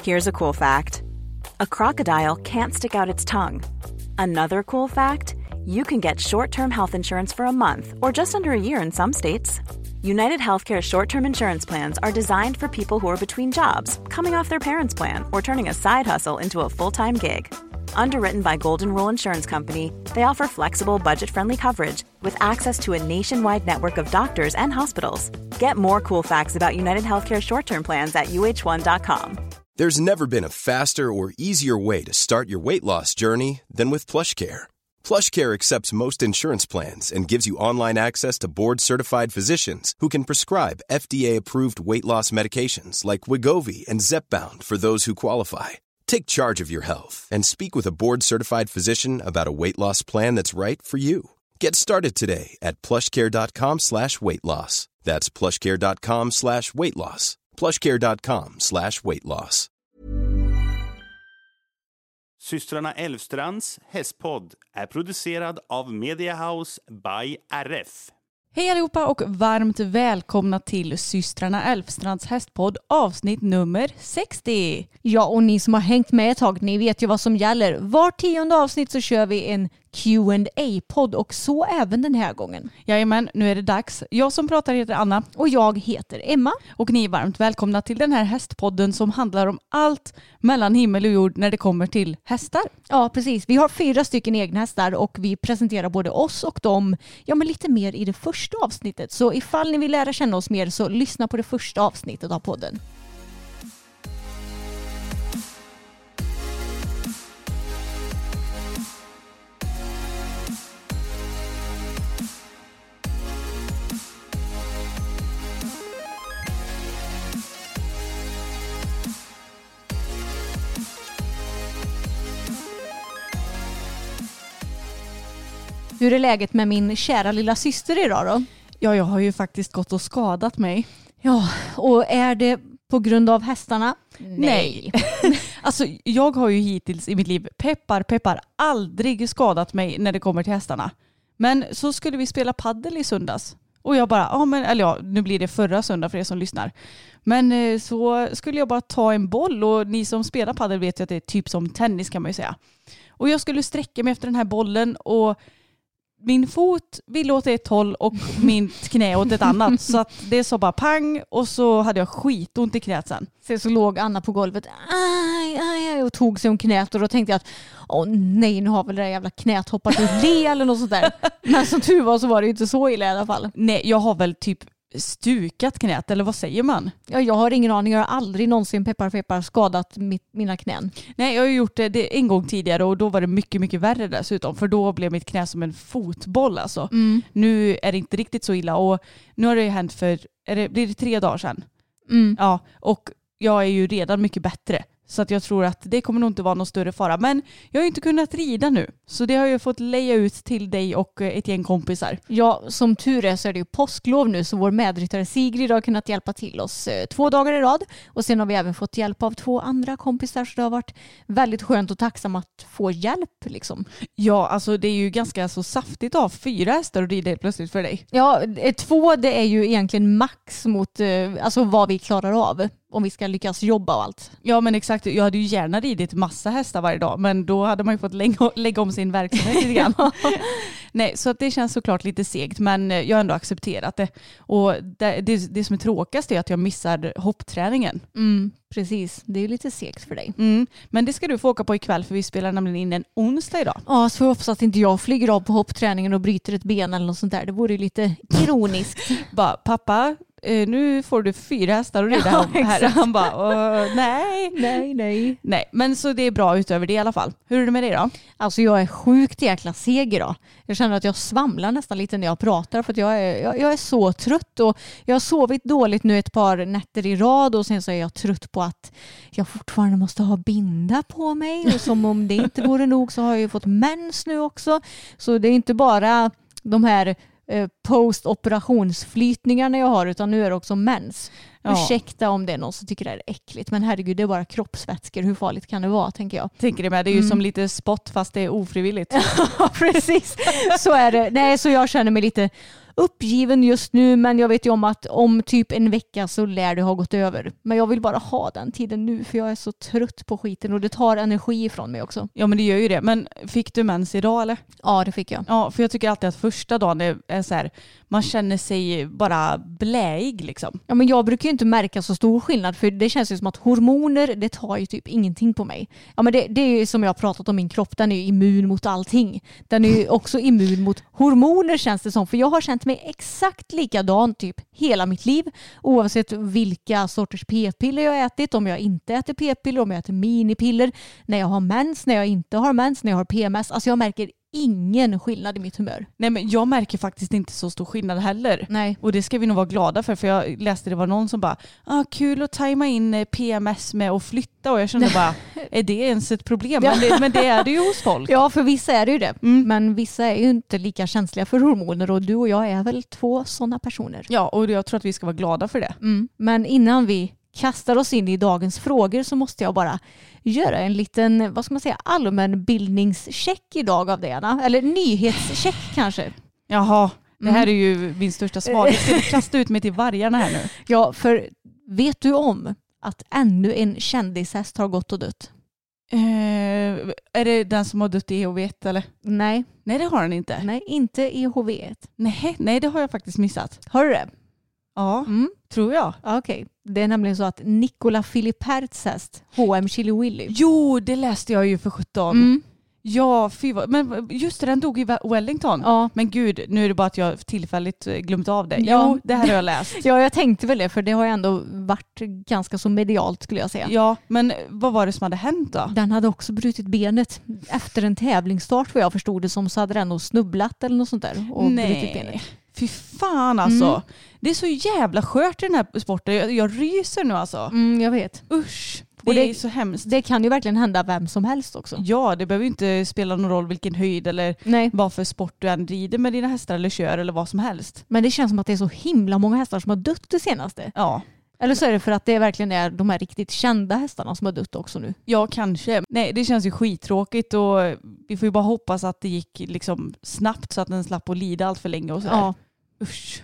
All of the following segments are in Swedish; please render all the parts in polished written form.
Here's a cool fact. A crocodile can't stick out its tongue. Another cool fact, you can get short-term health insurance for a month or just under a year in some states. United Healthcare short-term insurance plans are designed for people who are between jobs, coming off their parents' plan, or turning a side hustle into a full-time gig. Underwritten by Golden Rule Insurance Company, they offer flexible, budget-friendly coverage with access to a nationwide network of doctors and hospitals. Get more cool facts about United Healthcare short-term plans at uh1.com. There's never been a faster or easier way to start your weight loss journey than with PlushCare. PlushCare accepts most insurance plans and gives you online access to board-certified physicians who can prescribe FDA-approved weight loss medications like Wegovy and Zepbound for those who qualify. Take charge of your health and speak with a board-certified physician about a weight loss plan that's right for you. Get started today at plushcare.com/weightloss. That's plushcare.com/weightloss. plushcare.com/weightloss. Systrarna Elfstrands hästpodd är producerad av Media House by RF. Hej allihopa och varmt välkomna till Systrarna Elfstrands hästpodd avsnitt nummer 60. Ja, och ni som har hängt med ett tag, ni vet ju vad som gäller. Var 10:e avsnitt så kör vi en Q&A-podd och så även den här gången. Jajamän, nu är det dags. Jag som pratar heter Anna. Och jag heter Emma. Och ni är varmt välkomna till den här hästpodden som handlar om allt mellan himmel och jord när det kommer till hästar. Ja, precis. Vi har 4 stycken egna hästar och vi presenterar både oss och dem, ja men lite mer i det första avsnittet. Så ifall ni vill lära känna oss mer så lyssna på det första avsnittet av podden. Hur är läget med min kära lilla syster idag då? Ja, jag har ju faktiskt gått och skadat mig. Ja, och är det på grund av hästarna? Nej. Alltså, jag har ju hittills i mitt liv, peppar, aldrig skadat mig när det kommer till hästarna. Men så skulle vi spela paddel i söndags. Och jag bara, nu blir det förra söndag för er som lyssnar. Men så skulle jag bara ta en boll och ni som spelar paddel vet ju att det är typ som tennis kan man ju säga. Och jag skulle sträcka mig efter den här bollen och min fot ville åt ett håll och mitt knä åt ett annat. Så att det så bara pang och så hade jag skitont i knät sen. Så låg Anna på golvet aj, och tog sig om knät och då tänkte jag att nej, nu har väl det där jävla knät hoppat ur le eller något sånt där. Men som tur var så var det ju inte så illa i alla fall. Nej, jag har väl typ stukat knät eller vad säger man? Ja, jag har ingen aning. Jag har aldrig någonsin peppar skadat mina knän. Nej, jag har gjort det en gång tidigare och då var det mycket, mycket värre dessutom. För då blev mitt knä som en fotboll alltså. Nu är det inte riktigt så illa och nu har det ju hänt blir det 3 dagar sedan. Ja, och jag är ju redan mycket bättre. Så att jag tror att det kommer nog inte vara någon större fara. Men jag har ju inte kunnat rida nu. Så det har jag fått leja ut till dig och ett gäng kompisar. Ja, som tur är så är det ju påsklov nu. Så vår medryttare Sigrid har kunnat hjälpa till oss 2 dagar i rad. Och sen har vi även fått hjälp av 2 andra kompisar. Så det har varit väldigt skönt och tacksam att få hjälp liksom. Ja, alltså det är ju ganska så saftigt av 4 hästar och rida helt plötsligt för dig. Ja, 2 det är ju egentligen max mot alltså vad vi klarar av. Om vi ska lyckas jobba och allt. Ja men exakt, jag hade ju gärna ridit massa hästar varje dag. Men då hade man ju fått lägga om sin verksamhet lite grann. Nej, så att det känns såklart lite segt. Men jag har ändå accepterat det. Och det som är tråkigast är att jag missar hoppträningen. Precis, det är lite segt för dig. Men det ska du få åka på ikväll för vi spelar nämligen in en onsdag idag. Ja, så jag hoppas att inte jag flyger av på hoppträningen och bryter ett ben eller något sånt där. Det vore ju lite ironiskt. Bara, pappa, nu får du 4 hästar och rida här. Han bara, nej. Men så det är bra utöver det i alla fall. Hur är det med dig då? Alltså jag är sjukt jäkla seg idag. Jag känner att jag svamlar nästan lite när jag pratar för att jag är så trött och jag har sovit dåligt nu ett par nätter i rad och sen så är jag trött på att jag fortfarande måste ha binda på mig och som om det inte vore nog så har jag ju fått mens nu också. Så det är inte bara de här postoperationsflytningarna jag har utan nu är det också mens. Ja. Ursäkta om det är någon som tycker det är äckligt men herregud det är bara kroppsvätskor. Hur farligt kan det vara tänker jag. Tänker det med, det är ju som lite spott fast det är ofrivilligt. Ja precis, så är det. Nej så jag känner mig lite uppgiven just nu, men jag vet ju om att om typ en vecka så lär det ha gått över. Men jag vill bara ha den tiden nu för jag är så trött på skiten och det tar energi ifrån mig också. Ja men det gör ju det. Men fick du mens idag eller? Ja, det fick jag. Ja, för jag tycker alltid att första dagen är så här, man känner sig bara bläig liksom. Ja, men jag brukar ju inte märka så stor skillnad för det känns ju som att hormoner, det tar ju typ ingenting på mig. Ja, men det är ju som jag har pratat om, min kropp, den är ju immun mot allting. Den är ju också immun mot hormoner känns det som, för jag har känt mig exakt likadan typ hela mitt liv, oavsett vilka sorters p-piller jag har ätit, om jag inte äter p-piller, om jag äter minipiller, när jag har mens, när jag inte har mens, när jag har PMS. Alltså jag märker ingen skillnad i mitt humör. Nej men jag märker faktiskt inte så stor skillnad heller. Nej. Och det ska vi nog vara glada för jag läste det var någon som bara kul att tajma in PMS med att flytta och jag kände bara, är det ens ett problem? Men det är det ju hos folk. Ja, för vissa är det ju det. Men vissa är ju inte lika känsliga för hormoner och du och jag är väl 2 sådana personer. Ja, och jag tror att vi ska vara glada för det. Men innan vi kastar oss in i dagens frågor så måste jag bara göra en liten, vad ska man säga, allmänbildningscheck idag av det, Anna. Eller nyhetscheck kanske. Jaha, det här är ju min största svaghet. Ska du kasta ut mig till vargarna här nu? Ja, för vet du om att ännu en kändishäst har gått och dött? Är det den som har dött i EHV1 eller? Nej. Nej, det har den inte. Nej, inte EHV1. Nej, det har jag faktiskt missat. Har du det? Ja, tror jag. Okej. Det är nämligen så att Nicola Filiperts häst, H.M. Chili Willy. Jo, det läste jag ju för 17. Ja, men just det, den dog i Wellington. Ja. Men gud, nu är det bara att jag tillfälligt glömt av det. Ja. Jo, det här har jag läst. Ja, jag tänkte väl det, för det har ju ändå varit ganska så medialt skulle jag säga. Ja, men vad var det som hade hänt då? Den hade också brutit benet. Efter en tävlingsstart, vad jag förstod det som, så hade den nog snubblat eller något sånt där och brutit benet. Fy fan alltså. Det är så jävla skört i den här sporten. Jag ryser nu alltså. Jag vet. Usch. Och det är så hemskt. Det kan ju verkligen hända vem som helst också. Ja, det behöver ju inte spela någon roll vilken höjd eller vad för sport du än rider med dina hästar eller kör eller vad som helst. Men det känns som att det är så himla många hästar som har dött det senaste. Ja. Eller så är det för att det verkligen är de här riktigt kända hästarna som har dött också nu. Ja, kanske. Nej, det känns ju skittråkigt och vi får ju bara hoppas att det gick liksom snabbt så att den slapp att lida allt för länge och sådär. Ja. Usch.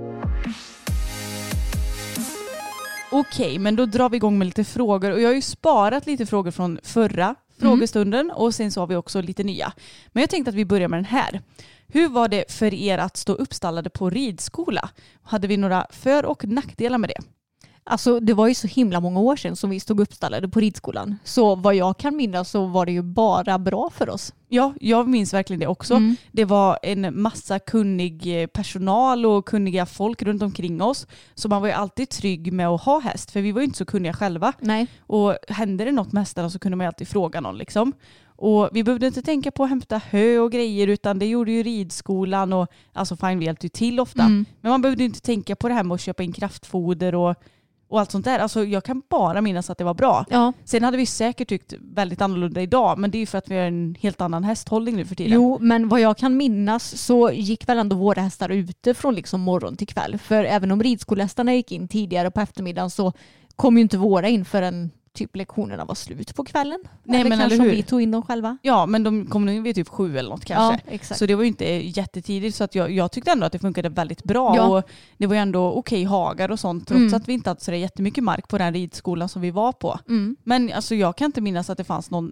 Okej, men då drar vi igång med lite frågor. Och jag har ju sparat lite frågor från förra frågestunden och sen så har vi också lite nya. Men jag tänkte att vi börjar med den här. Hur var det för er att stå uppstallade på ridskola? Hade vi några för- och nackdelar med det? Alltså det var ju så himla många år sedan som vi stod uppstallade på ridskolan. Så vad jag kan minnas så var det ju bara bra för oss. Ja, jag minns verkligen det också. Det var en massa kunnig personal och kunniga folk runt omkring oss. Så man var ju alltid trygg med att ha häst. För vi var ju inte så kunniga själva. Nej. Och hände det något med hästarna så kunde man ju alltid fråga någon liksom. Och vi behövde inte tänka på att hämta hö och grejer utan det gjorde ju ridskolan och alltså fine, vi hjälpte ju till ofta. Men man behövde inte tänka på det här med att köpa in kraftfoder och allt sånt där. Alltså jag kan bara minnas att det var bra. Ja. Sen hade vi säkert tyckt väldigt annorlunda idag, men det är ju för att vi har en helt annan hästhållning nu för tiden. Jo, men vad jag kan minnas så gick väl ändå våra hästar ute från liksom morgon till kväll. För även om ridskolehästarna gick in tidigare på eftermiddagen så kom ju inte våra in förrän typ lektionerna var slut på kvällen. Nej, eller men kanske eller hur? vi tog in dem själva. Ja, men de kom in vid typ 7 eller något kanske. Ja, exakt. Så det var ju inte jättetidigt så att jag tyckte ändå att det funkade väldigt bra. Ja. Och det var ju ändå okej hagar och sånt trots att vi inte hade så jättemycket mark på den ridskolan som vi var på. Men alltså jag kan inte minnas att det fanns någon...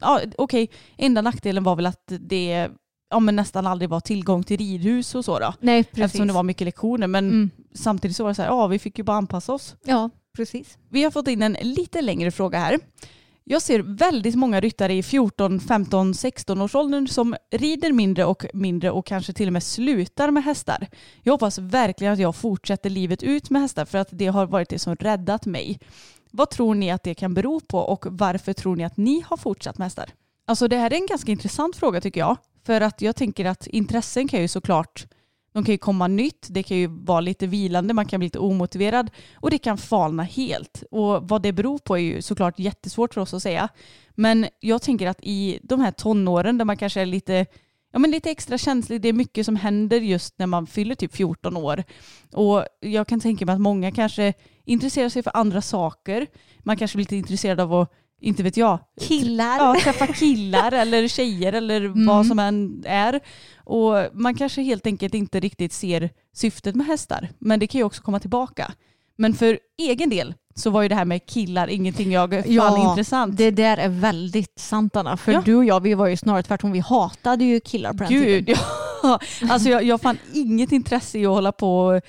enda nackdelen var väl att det men nästan aldrig var tillgång till ridhus och så då. Nej, precis. Eftersom det var mycket lektioner. Men samtidigt så var det så här, vi fick ju bara anpassa oss. Ja, precis. Vi har fått in en lite längre fråga här. Jag ser väldigt många ryttare i 14, 15, 16 års åldern som rider mindre och kanske till och med slutar med hästar. Jag hoppas verkligen att jag fortsätter livet ut med hästar för att det har varit det som räddat mig. Vad tror ni att det kan bero på och varför tror ni att ni har fortsatt med hästar? Alltså det här är en ganska intressant fråga tycker jag. För att jag tänker att intressen kan ju såklart, de kan ju komma nytt, det kan ju vara lite vilande, man kan bli lite omotiverad och det kan falna helt. Och vad det beror på är ju såklart jättesvårt för oss att säga. Men jag tänker att i de här tonåren där man kanske är lite extra känslig, det är mycket som händer just när man fyller typ 14 år. Och jag kan tänka mig att många kanske intresserar sig för andra saker. Man kanske blir lite intresserad av att inte vet jag. Killar. Ja, träffa killar eller tjejer eller vad som än är. Och man kanske helt enkelt inte riktigt ser syftet med hästar. Men det kan ju också komma tillbaka. Men för egen del så var ju det här med killar ingenting jag fann intressant. Det där är väldigt sant, Anna. För du och jag, vi var ju snarare tvärtom. Vi hatade ju killar på den tiden. Ja. Alltså jag fann inget intresse i att hålla på och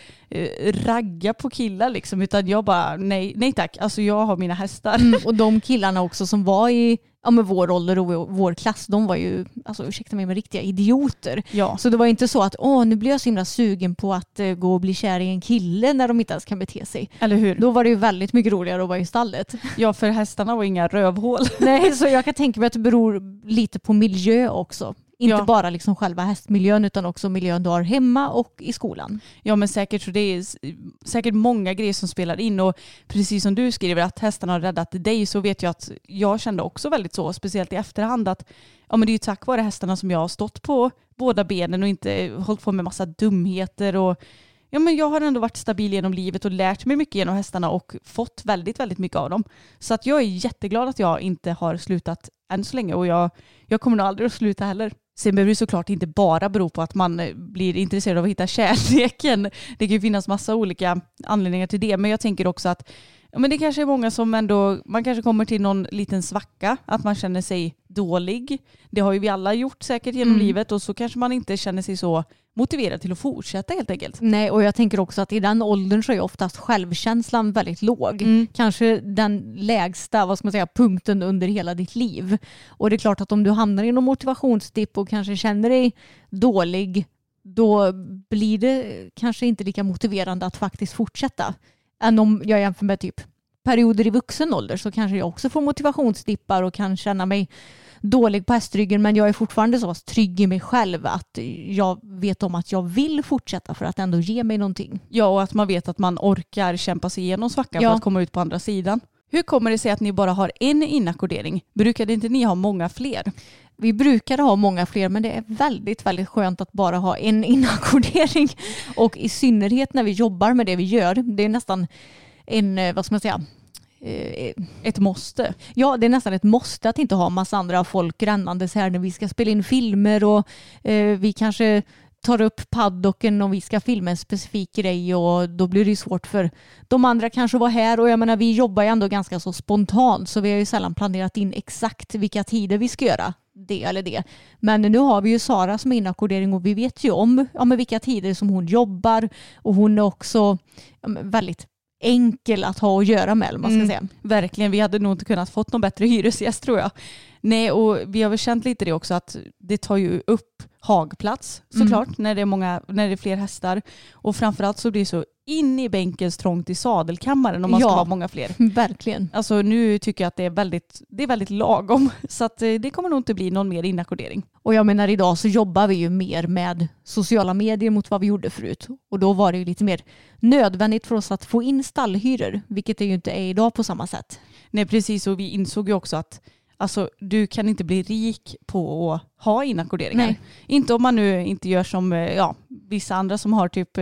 ragga på killar liksom, utan jag bara nej tack. Alltså jag har mina hästar. Och de killarna också som var i med vår ålder och vår klass, de var ju, alltså ursäkta mig, med riktiga idioter. Ja. Så det var inte så att nu blir jag så himla sugen på att gå och bli kär i en kille när de inte ens kan bete sig. Eller hur? Då var det ju väldigt mycket roligare att vara i stallet. Ja, för hästarna var inga rövhål. Nej, så jag kan tänka mig att det beror lite på miljö också. Inte bara liksom själva hästmiljön utan också miljön du har hemma och i skolan. Ja, men säkert, så det är säkert många grejer som spelar in, och precis som du skriver att hästarna har räddat dig, så vet jag att jag kände också väldigt så, speciellt i efterhand, att men det är ju tack vare hästarna som jag har stått på båda benen och inte hållit på med massa dumheter, och men jag har ändå varit stabil genom livet och lärt mig mycket genom hästarna och fått väldigt, väldigt mycket av dem. Så att jag är jätteglad att jag inte har slutat än så länge, och jag kommer nog aldrig att sluta heller. Sen behöver det såklart inte bara bero på att man blir intresserad av att hitta kärleken. Det kan ju finnas massa olika anledningar till det. Men jag tänker också att men det kanske är många som ändå, man kanske kommer till någon liten svacka, att man känner sig dålig. Det har ju vi alla gjort säkert genom livet, och så kanske man inte känner sig så motiverad till att fortsätta helt enkelt. Nej, och jag tänker också att i den åldern så är oftast självkänslan väldigt låg. Kanske den lägsta, vad ska man säga, punkten under hela ditt liv. Och det är klart att om du hamnar i någon motivationsdipp och kanske känner dig dålig, då blir det kanske inte lika motiverande att faktiskt fortsätta. Än om jag jämför med typ perioder i vuxen ålder, så kanske jag också får motivationsdippar och kan känna mig dålig på hästryggen, men jag är fortfarande så trygg i mig själv att jag vet om att jag vill fortsätta för att ändå ge mig någonting. Ja, och att man vet att man orkar kämpa sig igenom svackan för att komma ut på andra sidan. Hur kommer det sig att ni bara har en inackordering? Brukade inte ni ha många fler? Vi brukar ha många fler, men det är väldigt, väldigt skönt att bara ha en inackordering. Och i synnerhet när vi jobbar med det vi gör. Det är nästan en, vad ska man säga, ett måste. Ja, det är nästan ett måste att inte ha massa andra folk rännandes här när vi ska spela in filmer, och vi kanske tar upp paddocken om vi ska filma en specifik grej, och då blir det svårt för de andra kanske var här, och jag menar vi jobbar ju ändå ganska så spontant, så vi har ju sällan planerat in exakt vilka tider vi ska göra det eller det. Men nu har vi ju Sara som är inackordering, och vi vet ju om vilka tider som hon jobbar, och hon är också väldigt enkel att ha att göra med, man ska säga. Verkligen, vi hade nog inte kunnat fått någon bättre hyresgäst, tror jag. Nej, och vi har väl känt lite det också, att det tar ju upp hagplats såklart när det är fler hästar, och framförallt så blir det så in i bänkens trångt i sadelkammaren om man ska ha många fler. Verkligen. Alltså nu tycker jag att det är väldigt lagom, så att det kommer nog inte bli någon mer inackordering. Och jag menar, idag så jobbar vi ju mer med sociala medier mot vad vi gjorde förut, och då var det ju lite mer nödvändigt för oss att få in stallhyror, vilket det ju inte är idag på samma sätt. Nej, precis, och vi insåg ju också att alltså, du kan inte bli rik på att ha inackorderingar. Nej. Inte om man nu inte gör som vissa andra som har typ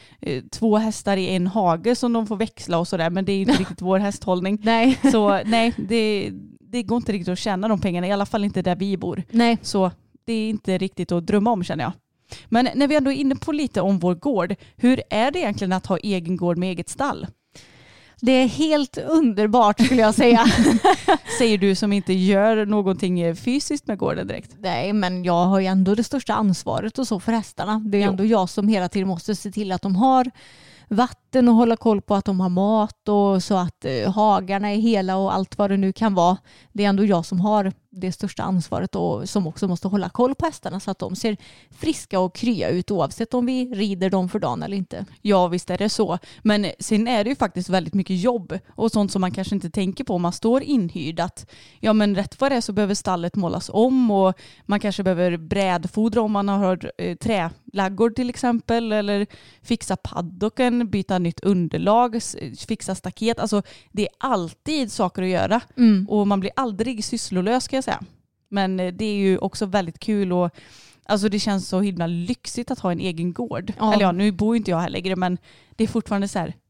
2 hästar i en hage som de får växla och sådär. Men det är inte riktigt vår hästhållning. Nej. Så nej, det går inte riktigt att tjäna de pengarna. I alla fall inte där vi bor. Nej. Så det är inte riktigt att drömma om, känner jag. Men när vi ändå är inne på lite om vår gård. Hur är det egentligen att ha egen gård med eget stall? Det är helt underbart, skulle jag säga. Säger du som inte gör någonting fysiskt med gården direkt. Nej, men jag har ju ändå det största ansvaret och så för hästarna. Det är ändå jag som hela tiden måste se till att de har vatten och hålla koll på att de har mat, och så att hagarna är hela och allt vad det nu kan vara. Det är ändå jag som har det största ansvaret, och som också måste hålla koll på hästarna så att de ser friska och krya ut oavsett om vi rider dem för dagen eller inte. Ja, visst är det så. Men sen är det ju faktiskt väldigt mycket jobb och sånt som man kanske inte tänker på om man står inhyrd. Att rätt vad det är så behöver stallet målas om, och man kanske behöver brädfodra om man har trälaggård till exempel, eller fixa paddocken, byta nytt underlag, fixa staket. Alltså det är alltid saker att göra, och man blir aldrig sysslolös, ska jag säga. Men det är ju också väldigt kul, och alltså det känns så himla lyxigt att ha en egen gård. Ja. Eller nu bor inte jag här längre, men det är fortfarande så här,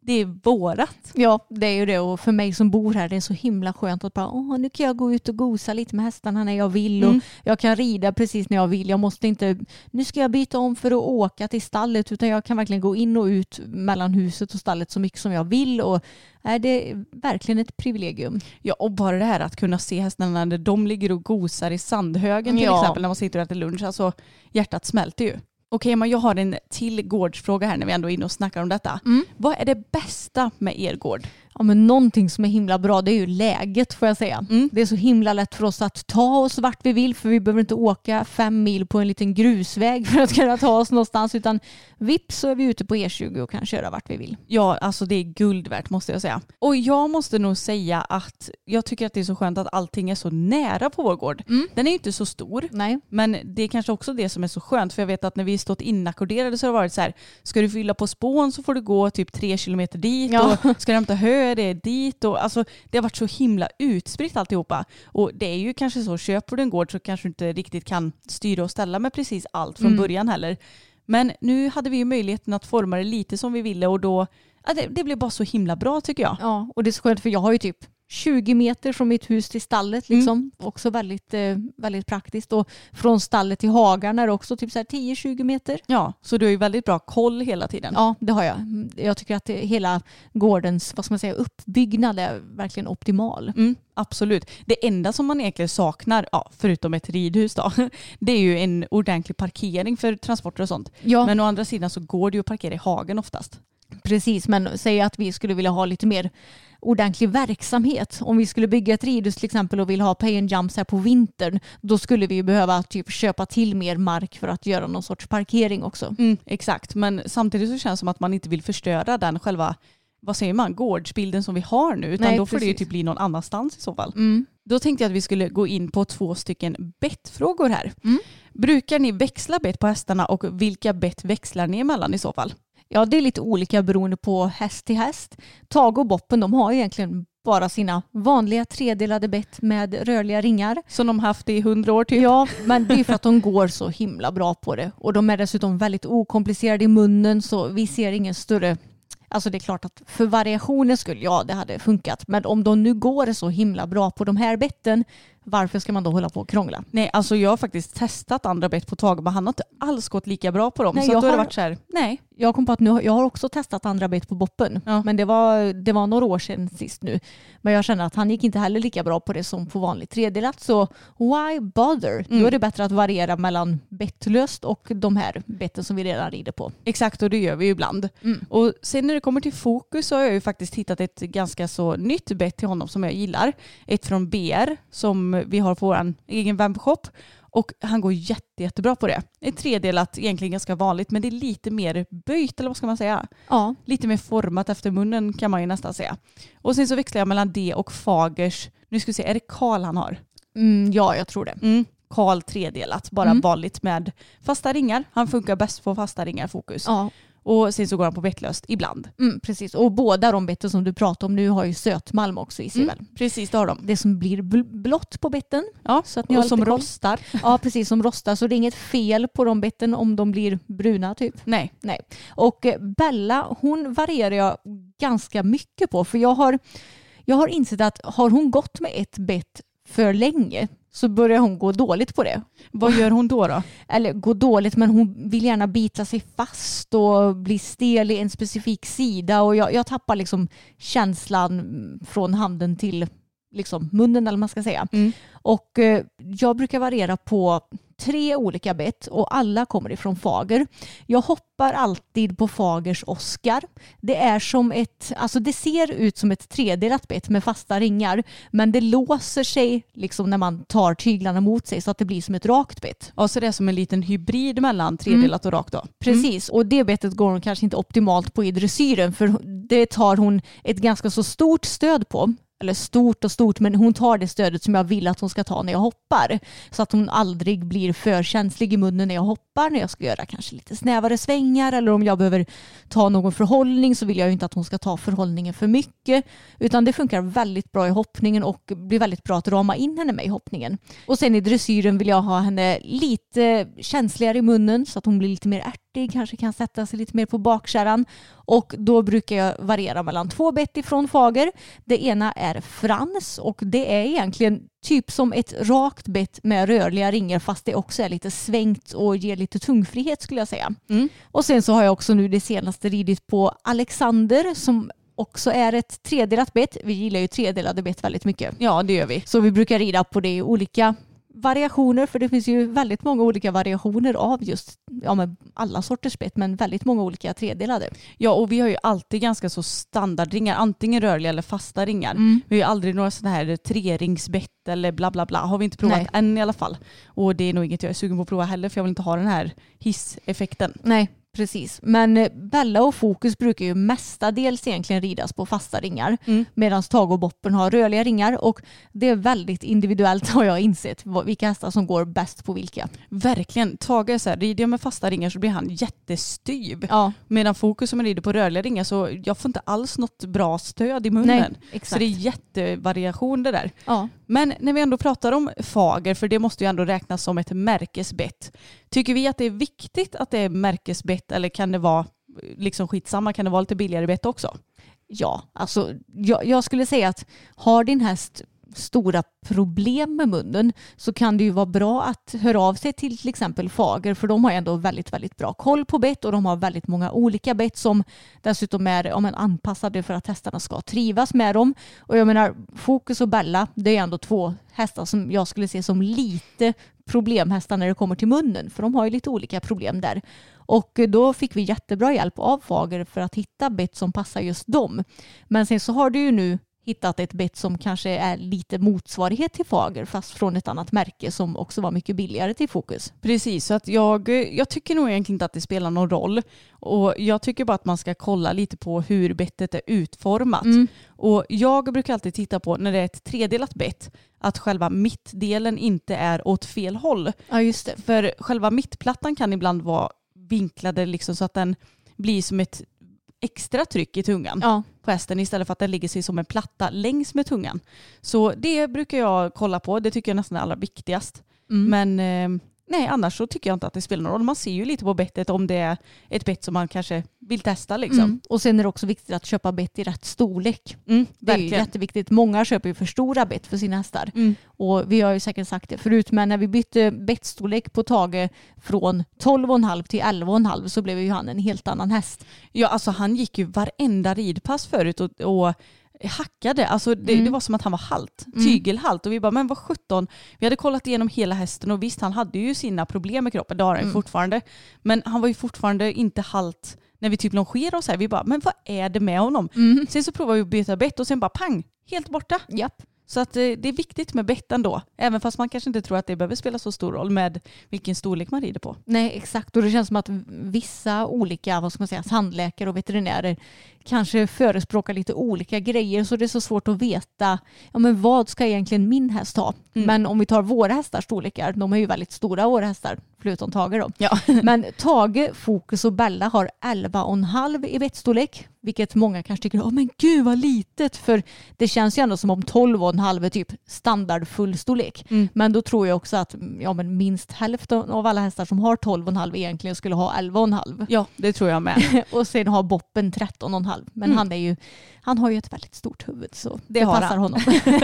Det är vårat. Ja, det är ju det. Och för mig som bor här, det är så himla skönt att bara, nu kan jag gå ut och gosa lite med hästarna när jag vill. Och jag kan rida precis när jag vill. Jag måste inte, nu ska jag byta om för att åka till stallet. Utan jag kan verkligen gå in och ut mellan huset och stallet så mycket som jag vill. Och det är verkligen ett privilegium. Ja, och bara det här att kunna se hästarna när de ligger och gosar i sandhögen till exempel när man sitter och äter lunch. Alltså hjärtat smälter ju. Okej, men jag har en till gårdsfråga här när vi ändå är inne och snackar om detta. Vad är det bästa med er gård? Ja, men någonting som är himla bra, det är ju läget, får jag säga. Det är så himla lätt för oss att ta oss vart vi vill, för vi behöver inte åka 5 mil på en liten grusväg för att kunna ta oss någonstans, utan vips så är vi ute på E20 och kan köra vart vi vill. Ja, alltså det är guld värt, måste jag säga. Och jag måste nog säga att jag tycker att det är så skönt att allting är så nära på vår gård. Den är ju inte så stor. Nej. Men det är kanske också det som är så skönt, för jag vet att när vi stått inackorderade så har det varit så här, ska du fylla på spån så får du gå typ 3 kilometer dit, och ska du hämta hö det är dit, och alltså det har varit så himla utspritt alltihopa. Och det är ju kanske så, köper du en gård så kanske du inte riktigt kan styra och ställa med precis allt från början heller. Men nu hade vi ju möjligheten att forma det lite som vi ville, och då det blev bara så himla bra, tycker jag. Ja, och det är så skönt, för jag har ju typ 20 meter från mitt hus till stallet liksom. Också väldigt, väldigt praktiskt. Och från stallet till hagarna är det också typ så här 10-20 meter. Ja, så du har ju väldigt bra koll hela tiden. Ja, det har jag. Jag tycker att hela gårdens, vad ska man säga, uppbyggnad är verkligen optimal. Absolut. Det enda som man egentligen saknar, förutom ett ridhus då, det är ju en ordentlig parkering för transporter och sånt. Ja. Men å andra sidan så går det ju att parkera i hagen oftast. Precis, men säg att vi skulle vilja ha lite mer ordentlig verksamhet. Om vi skulle bygga ett ridhus till exempel och vill ha pay and jumps här på vintern, då skulle vi behöva typ köpa till mer mark för att göra någon sorts parkering också. Exakt, men samtidigt så känns det som att man inte vill förstöra den själva, vad säger man, gårdsbilden som vi har nu, utan då får det ju typ bli någon annanstans i så fall. Då tänkte jag att vi skulle gå in på 2 stycken bettfrågor här. Brukar ni växla bett på hästarna, och vilka bett växlar ni emellan i så fall? Ja, det är lite olika beroende på häst till häst. Tage och Boppen, de har egentligen bara sina vanliga 3-delade bett med rörliga ringar. Som de haft i 100 år typ. Ja, men det är för att de går så himla bra på det. Och de är dessutom väldigt okomplicerade i munnen, så vi ser ingen större... Alltså det är klart att för variationens skull, det hade funkat. Men om de nu går så himla bra på de här betten, varför ska man då hålla på och krångla? Nej, alltså jag har faktiskt testat andra bett på Tage, men han har inte alls gått lika bra på dem. Nej, så då har det varit så här, nej. Jag kom på att jag har också testat andra bett på Boppen. Ja. Men det var några år sedan sist nu. Men jag känner att han gick inte heller lika bra på det som på vanligt 3-delat. Så why bother? Då är det bättre att variera mellan bettlöst och de här betten som vi redan rider på. Exakt, och det gör vi ju ibland. Och sen när det kommer till fokus så har jag ju faktiskt hittat ett ganska så nytt bett till honom som jag gillar. Ett från BR som vi har på vår egen webbshop. Och han går jättebra på det. Det är 3-delat, egentligen ganska vanligt, men det är lite mer böjt, eller vad ska man säga? Ja. Lite mer format efter munnen kan man ju nästan säga. Och sen så växlar jag mellan det och Fagers. Nu ska vi se, är det Karl han har? Ja, jag tror det. Karl 3-delat, bara vanligt med fasta ringar. Han funkar bäst på fasta ringar fokus. Ja. Och sen så går han på bettlöst ibland. Precis, och båda de betten som du pratar om nu har ju sötmalm också i sig väl? Precis, det har de. Det som blir blått på betten. Ja, så att ni och som rostar. Ja, precis, som rostar. Så det är inget fel på de betten om de blir bruna typ. Nej. Och Bella, hon varierar jag ganska mycket på. För jag har insett att har hon gått med ett bett för länge så börjar hon gå dåligt på det. Vad gör hon då? Eller gå dåligt, men hon vill gärna bita sig fast och bli stel i en specifik sida. Och jag tappar liksom känslan från handen till liksom munnen, eller man ska säga. Och jag brukar variera på 3 olika bett och alla kommer ifrån Fager. Jag hoppar alltid på Fagers Oscar. Det är som det ser ut som ett 3-delat bett med fasta ringar, men det låser sig liksom när man tar tyglarna mot sig så att det blir som ett rakt bett. Ja, så det är som en liten hybrid mellan 3-delat och rakt då. Precis, och det bettet går hon kanske inte optimalt på i dressyren, för det tar hon ett ganska så stort stöd på. Eller stort, men hon tar det stödet som jag vill att hon ska ta när jag hoppar. Så att hon aldrig blir för känslig i munnen när jag hoppar, när jag ska göra kanske lite snävare svängar, eller om jag behöver ta någon förhållning så vill jag ju inte att hon ska ta förhållningen för mycket. Utan det funkar väldigt bra i hoppningen och blir väldigt bra att rama in henne med i hoppningen. Och sen i dressyren vill jag ha henne lite känsligare i munnen så att hon blir lite mer ärtig sportig, kanske kan sätta sig lite mer på bakkärran. Och då brukar jag variera mellan 2 bett ifrån Fager. Det ena är Frans och det är egentligen typ som ett rakt bett med rörliga ringar fast det också är lite svängt och ger lite tungfrihet skulle jag säga. Och sen så har jag också nu det senaste ridit på Alexander som också är ett tredelat bett. Vi gillar ju tredelade bett väldigt mycket. Ja, det gör vi. Så vi brukar rida på det i olika variationer, för det finns ju väldigt många olika variationer av just med alla sorters bett, men väldigt många olika tredelade. Ja, och vi har ju alltid ganska så standardringar, antingen rörliga eller fasta ringar. Vi har ju aldrig några sådana här treringsbett eller bla bla bla. Har vi inte provat än i alla fall. Och det är nog inget jag är sugen på att prova heller, för jag vill inte ha den här hisseffekten. Nej, precis. Men Bella och Fokus brukar ju mestadels egentligen ridas på fasta ringar. Medan Tage och Boppen har rörliga ringar. Och det är väldigt individuellt har jag insett vilka hästar som går bäst på vilka. Verkligen. Tage är så här, rider jag med fasta ringar så blir han jättestyv. Ja. Medan Fokus som rider på rörliga ringar så jag får inte alls något bra stöd i munnen. Nej, exakt. Så det är jättevariation det där. Ja. Men när vi ändå pratar om Fager, för det måste ju ändå räknas som ett märkesbett. Tycker vi att det är viktigt att det är märkesbett eller kan det vara liksom skitsamma? Kan det vara lite billigare bett också? Ja, alltså jag skulle säga att har din häst stora problem med munnen så kan det ju vara bra att höra av sig till exempel Fager, för de har ändå väldigt, väldigt bra koll på bett och de har väldigt många olika bett som dessutom är anpassade för att hästarna ska trivas med dem. Och jag menar, Fokus och Bella, det är ändå 2 hästar som jag skulle se som lite problemhästar när det kommer till munnen, för de har ju lite olika problem där. Och då fick vi jättebra hjälp av Fager för att hitta bett som passar just dem. Men sen så har du ju nu hittat ett bett som kanske är lite motsvarighet till Fager fast från ett annat märke som också var mycket billigare till Fokus. Precis, så att jag tycker nog egentligen inte att det spelar någon roll. Och jag tycker bara att man ska kolla lite på hur bettet är utformat. Och jag brukar alltid titta på när det är ett tredelat bett att själva mittdelen inte är åt fel håll. Ja, just det. För själva mittplattan kan ibland vara vinklade liksom så att den blir som ett extra tryck i tungan på hästen istället för att den ligger sig som en platta längs med tungan. Så det brukar jag kolla på. Det tycker jag nästan är allra viktigast. Men nej, annars så tycker jag inte att det spelar någon roll. Man ser ju lite på bettet om det är ett bett som man kanske vill testa. Liksom. Och sen är det också viktigt att köpa bett i rätt storlek. Det är ju jätteviktigt. Många köper ju för stora bett för sina hästar. Och vi har ju säkert sagt det förut, men när vi bytte bettstorlek på Tage från 12,5 till 11,5 så blev ju han en helt annan häst. Ja, alltså han gick ju varenda ridpass förut och hackade. Alltså det var som att han var halt. Tygelhalt. Och vi bara, men vad 17. Vi hade kollat igenom hela hästen och visst, han hade ju sina problem med kroppen. Det har han fortfarande. Men han var ju fortfarande inte halt när vi typ longerade oss här. Vi bara, men vad är det med honom? Sen så provade vi att byta bett och sen bara pang, helt borta. Japp. Så att det är viktigt med betten då. Även fast man kanske inte tror att det behöver spela så stor roll med vilken storlek man rider på. Nej, exakt. Och det känns som att vissa olika tandläkare och veterinärer kanske förespråkar lite olika grejer. Så det är så svårt att veta men vad ska egentligen min häst ha? Men om vi tar våra hästars storlekar, de är ju väldigt stora våra hästar, förutom Tage då. Ja. Men Tage, Fokus och Bella har 11,5 i bettstorlek. Vilket många kanske tycker, men gud vad litet. För det känns ju ändå som om 12,5 är typ standard fullstorlek. Men då tror jag också att minst hälften av alla hästar som har 12,5 egentligen skulle ha 11,5. Ja, det tror jag med. Och sen har Boppen 13,5. Men han har ju ett väldigt stort huvud så det passar honom.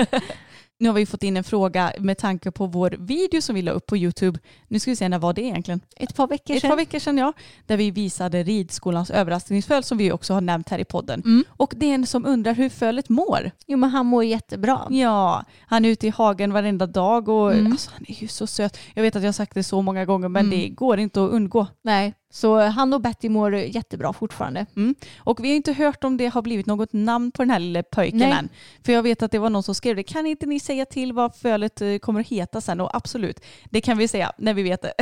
Nu har vi fått in en fråga med tanke på vår video som vi la upp på YouTube. Nu ska vi se, när var det egentligen? Ett par veckor sedan, ja. Där vi visade ridskolans överraskningsföl som vi också har nämnt här i podden. Och det är en som undrar hur fölet mår. Jo, men han mår jättebra. Ja, han är ute i hagen varenda dag och alltså, han är ju så söt. Jag vet att jag har sagt det så många gånger men det går inte att undgå. Nej. Så han och Betty mår jättebra fortfarande. Och vi har inte hört om det har blivit något namn på den här lilla pojken än. För jag vet att det var någon som skrev det. Kan inte ni säga till vad fölet kommer att heta sen? Och absolut, det kan vi säga när vi vet det.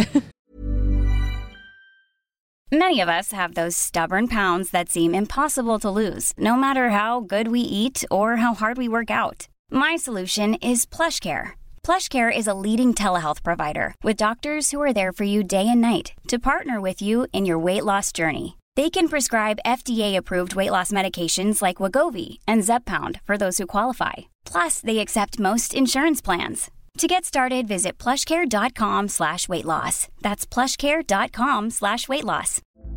Many of us have those stubborn pounds that seem impossible to lose, no matter how good we eat or how hard we work out. My solution is PlushCare. PlushCare is a leading telehealth provider with doctors who are there for you day and night to partner with you in your weight loss journey. They can prescribe FDA-approved weight loss medications like Wegovy and Zepbound for those who qualify. Plus, they accept most insurance plans. To get started, visit plushcare.com/weightloss. That's plushcare.com/weightloss.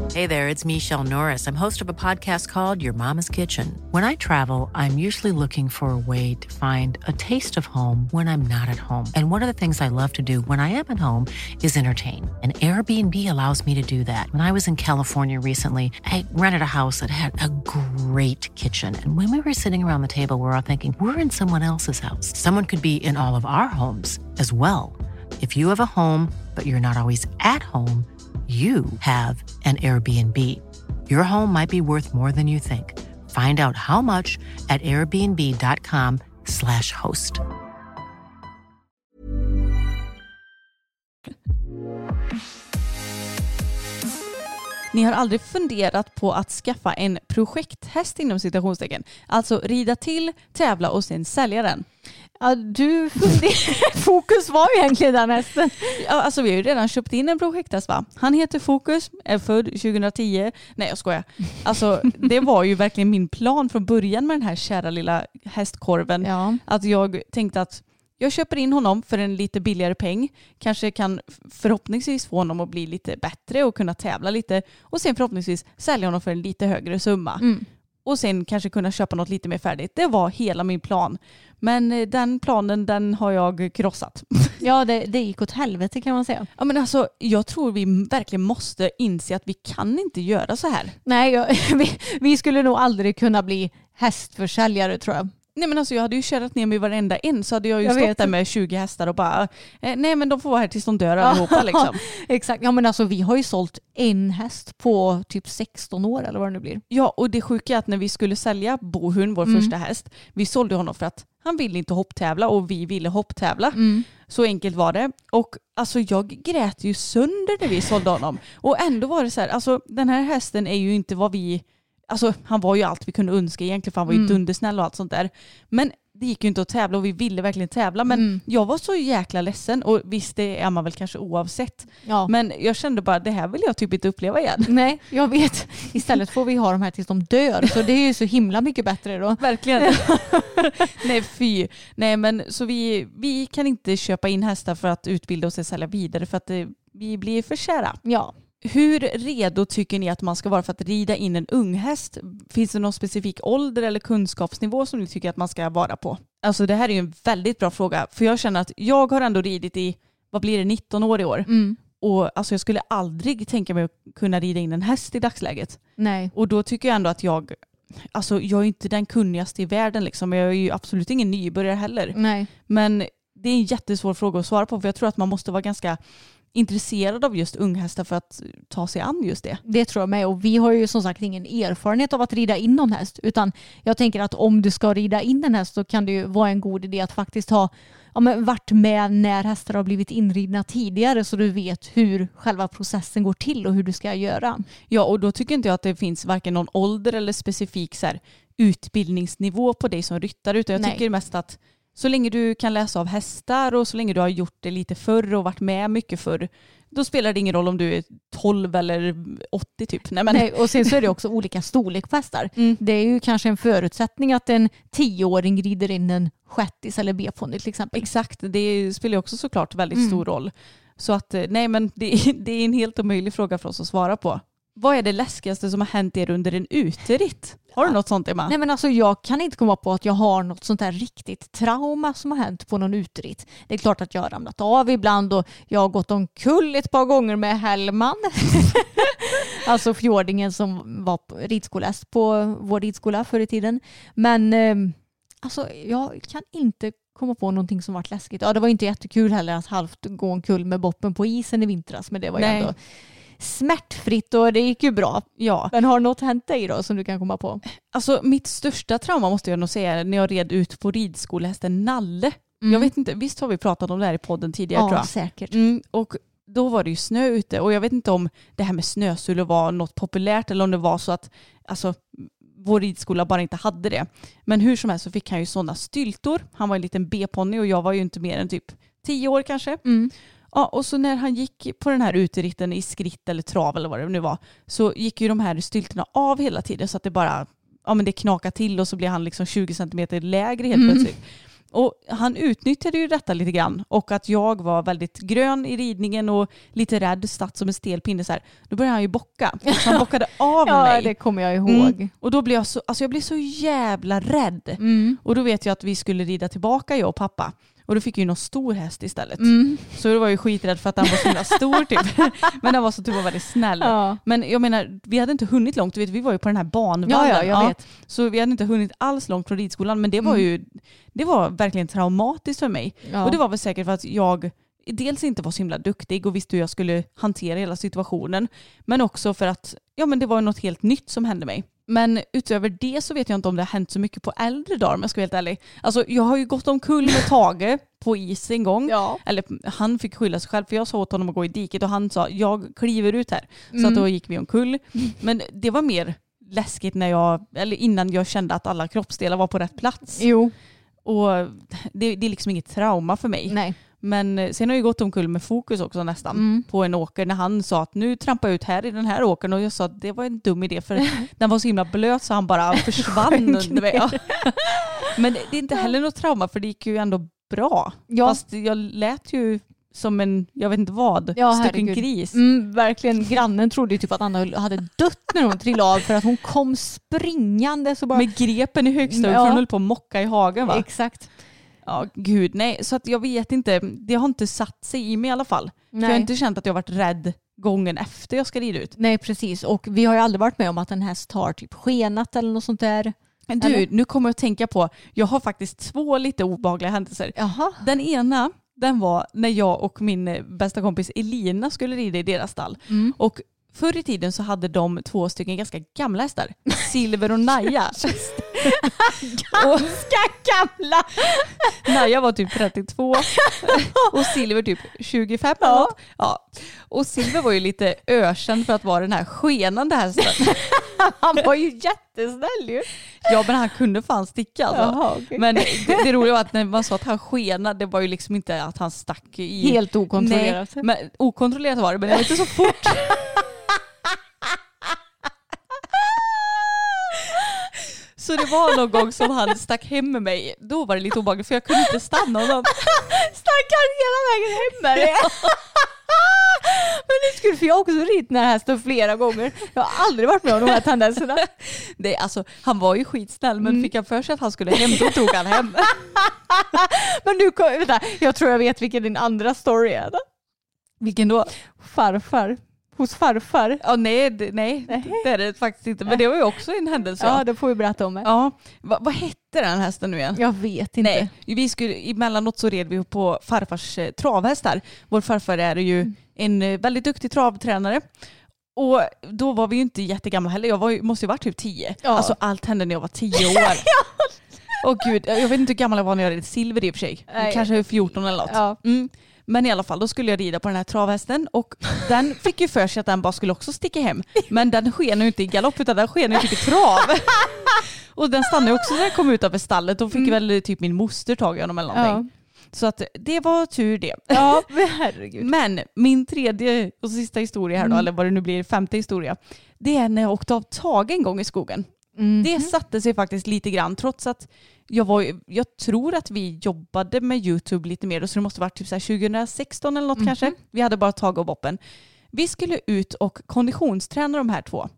Hey there, it's Michelle Norris. I'm host of a podcast called Your Mama's Kitchen. When I travel, I'm usually looking for a way to find a taste of home when I'm not at home. And one of the things I love to do when I am at home is entertain. And Airbnb allows me to do that. When I was in California recently, I rented a house that had a great kitchen. And when we were sitting around the table, we were all thinking, we're in someone else's house. Someone could be in all of our homes as well. If you have a home, but you're not always at home, you have an Airbnb. Your home might be worth more than you think. Find out how much at airbnb.com/host. Ni har aldrig funderat på att skaffa en projekthäst inom citationstecken. Alltså rida till, tävla och sen sälja den. Ja, Fokus var ju egentligen den hästen. Ja, alltså vi har ju redan köpt in en projekthäst, va? Han heter Fokus, är född 2010. Nej, jag skojar. Alltså det var ju verkligen min plan från början med den här kära lilla hästkorven. Ja. Att jag tänkte att jag köper in honom för en lite billigare peng. Kanske kan förhoppningsvis få honom att bli lite bättre och kunna tävla lite. Och sen förhoppningsvis sälja honom för en lite högre summa. Mm. Och sen kanske kunna köpa något lite mer färdigt. Det var hela min plan. Men den planen, den har jag krossat. Ja, det gick åt helvete kan man säga. Ja, men alltså, jag tror vi verkligen måste inse att vi kan inte göra så här. Nej, vi skulle nog aldrig kunna bli hästförsäljare tror jag. Nej, men alltså jag hade ju körat ner mig varenda en, så hade jag ju stått där med 20 hästar och bara nej, men de får vara här tills de dör allihopa liksom. Exakt, ja men alltså vi har ju sålt en häst på typ 16 år eller vad det nu blir. Ja, och det sjuka är att när vi skulle sälja Bohun, vår första häst, vi sålde honom för att han ville inte hopptävla och vi ville hopptävla. Så enkelt var det. Och alltså jag grät ju sönder när vi sålde honom. Och ändå var det så här, alltså den här hästen är ju inte vad vi... Alltså han var ju allt vi kunde önska egentligen, för han var ju dundersnäll och allt sånt där. Men det gick ju inte att tävla och vi ville verkligen tävla. Men jag var så jäkla ledsen, och visst det är man väl kanske oavsett. Ja. Men jag kände bara, det här vill jag typ inte uppleva igen. Nej, jag vet. Istället får vi ha de här tills de dör. Så det är ju så himla mycket bättre då. Verkligen. Nej, fy. Nej, men så vi kan inte köpa in hästar för att utbilda oss och sälja vidare, för att vi blir för kära. Ja. Hur redo tycker ni att man ska vara för att rida in en ung häst? Finns det någon specifik ålder eller kunskapsnivå som ni tycker att man ska vara på? Alltså det här är ju en väldigt bra fråga. För jag känner att jag har ändå ridit i, vad blir det, 19 år i år. Och alltså jag skulle aldrig tänka mig att kunna rida in en häst i dagsläget. Nej. Och då tycker jag ändå att jag är inte den kunnigaste i världen liksom. Jag är ju absolut ingen nybörjare heller. Nej. Men det är en jättesvår fråga att svara på, för jag tror att man måste vara ganska intresserad av just unghästar för att ta sig an just det. Det tror jag med, och vi har ju som sagt ingen erfarenhet av att rida in någon häst, utan jag tänker att om du ska rida in en häst så kan det ju vara en god idé att faktiskt ha varit med när hästar har blivit inridna tidigare, så du vet hur själva processen går till och hur du ska göra. Ja, och då tycker inte jag att det finns varken någon ålder eller specifik så här, utbildningsnivå på dig som ryttare, utan jag tycker mest att så länge du kan läsa av hästar och så länge du har gjort det lite förr och varit med mycket förr, då spelar det ingen roll om du är 12 eller 80 typ. Nej, och sen så är det också olika storlek på hästar. Det är ju kanske en förutsättning att en 10-åring rider in en shettis eller B-ponny till exempel. Exakt, det spelar också såklart väldigt stor roll. Så att nej, men det är en helt omöjlig fråga för oss att svara på. Vad är det läskigaste som har hänt er under en uteritt? Har du något sånt, Emma? Nej, men alltså jag kan inte komma på att jag har något sånt här riktigt trauma som har hänt på någon uteritt. Det är klart att jag har ramlat av ibland och jag har gått omkull ett par gånger med Hellman. Alltså fjordingen som var ridskoläst på vår ridskola förr i tiden. Men alltså jag kan inte komma på någonting som varit läskigt. Ja, det var inte jättekul heller att halvt gå omkull med boppen på isen i vintras, men det var ju ändå smärtfritt och det gick ju bra. Ja. Men har något hänt dig då som du kan komma på? Alltså mitt största trauma måste jag nog säga när jag red ut på ridskolehästen Nalle. Jag vet inte, visst har vi pratat om det här i podden tidigare, tror jag. Ja, säkert. Och då var det ju snö ute och jag vet inte om det här med snösulor var något populärt eller om det var så att alltså, vår ridskola bara inte hade det. Men hur som helst så fick han ju sådana styltor. Han var en liten B-ponny och jag var ju inte mer än typ 10 år kanske. Ja, och så när han gick på den här uteritten i skritt eller trav eller vad det nu var, så gick ju de här styltorna av hela tiden så att det bara, ja men det knakade till och så blev han liksom 20 centimeter lägre helt plötsligt. Och han utnyttjade ju detta lite grann. Och att jag var väldigt grön i ridningen och lite rädd, satt som en stel pinne så här. Då började han ju bocka. Så han bockade av mig. Ja, det kommer jag ihåg. Och då blev jag blev så jävla rädd. Och då vet jag att vi skulle rida tillbaka, jag och pappa. Och då fick jag ju någon stor häst istället. Så då var jag ju skiträdd för att den var så himla stor typ. Men den var så typ väldigt snäll. Ja. Men jag menar, vi hade inte hunnit långt. Du vet, vi var ju på den här banvallen. Ja, jag vet. Så vi hade inte hunnit alls långt från ridskolan. Men det var ju, det var verkligen traumatiskt för mig. Ja. Och det var väl säkert för att jag dels inte var så himla duktig och visste hur jag skulle hantera hela situationen. Men också för att det var något helt nytt som hände mig. Men utöver det så vet jag inte om det har hänt så mycket på äldre dagar, om jag ska vara helt ärlig. Alltså jag har ju gått omkull med Tage på is en gång. Ja. Eller han fick skylla sig själv, för jag sa åt honom att gå i diket och han sa jag kliver ut här. Så att då gick vi omkull. Men det var mer läskigt innan jag kände att alla kroppsdelar var på rätt plats. Jo. Och det är liksom inget trauma för mig. Nej. Men sen har jag gått omkull med Fokus också nästan på en åker när han sa att nu trampar jag ut här i den här åkern, och jag sa att det var en dum idé för den var så himla blöt så han bara försvann under mig. Ja. Men det är inte heller något trauma för det gick ju ändå bra. Ja. Fast jag lät ju som en, jag vet inte vad, stycken gris. Verkligen, grannen trodde ju typ att Anna hade dött när hon trillade av för att hon kom springande. Så bara... Med grepen i högsta för hon höll på att mocka i hagen, va? Exakt. Ja, gud nej. Så att jag vet inte, det har inte satt sig i mig i alla fall. För jag har inte känt att jag varit rädd gången efter jag ska rida ut. Nej, precis. Och vi har ju aldrig varit med om att en häst har typ skenat eller något sånt där. Men du, nu kommer jag att tänka på, jag har faktiskt 2 lite obehagliga händelser. Jaha. Den ena, den var när jag och min bästa kompis Elina skulle rida i deras stall. Och förr i tiden så hade de 2 stycken ganska gamla hästar. Silver och Naja. Ganska gamla. Naja var typ 32 och Silver typ 25 eller något. Ja. Och Silver var ju lite ökänd för att vara den här skenande hästen. Han var ju jättesnäll ju. Ja, men han kunde fan sticka alltså. Jaha, okay. Men det roliga var att när man sa att han skenade, det var ju liksom inte att han stack i... Helt okontrollerat. Nej, men okontrollerat var det, men det var inte så fort. Så det var någon gång som han stack hem med mig. Då var det lite obehagligt för jag kunde inte stanna honom. Stack han hela vägen hem med dig? Men det skulle för jag också ridit när här står flera gånger. Jag har aldrig varit med om de här tendenserna. Det, alltså, han var ju skitsnäll, men fick han för sig att han skulle hem, då tog han hem. Men nu, vänta, jag tror jag vet vilken din andra story är då. Vilken då? Farfar. Hos farfar. Ja, nej, det är det faktiskt inte. Men det var ju också en händelse. Ja, det får vi berätta om. Ja. Vad hette den hästen nu igen? Jag vet inte. Nej, vi skulle, emellanåt så red vi på farfars travhästar. Vår farfar är ju en väldigt duktig travtränare. Och då var vi ju inte jättegamla heller. Jag måste ju varit typ 10. Ja. Alltså allt hände när jag var 10 år. Åh gud, jag vet inte hur gammal jag var när jag red Silver i och för sig. Kanske 14 eller något. Ja. Men i alla fall, då skulle jag rida på den här travhästen och den fick ju för sig att den bara skulle också sticka hem. Men den sken ju inte i galopp utan den sken ju typ i trav. Och den stannade också när den kom ut över stallet. Då fick väl typ min moster tag i honom eller någonting. Ja. Så att det var tur det. Ja, herregud. Men min tredje och sista historia här då, eller vad det nu blir, 5:e historia. Det är när jag åkte av Tage en gång i skogen. Det satte sig faktiskt lite grann trots att jag tror att vi jobbade med YouTube lite mer, så det måste varit typ så här 2016 eller något kanske. Vi hade bara Tage och Boppen. Vi skulle ut och konditionsträna de här 2.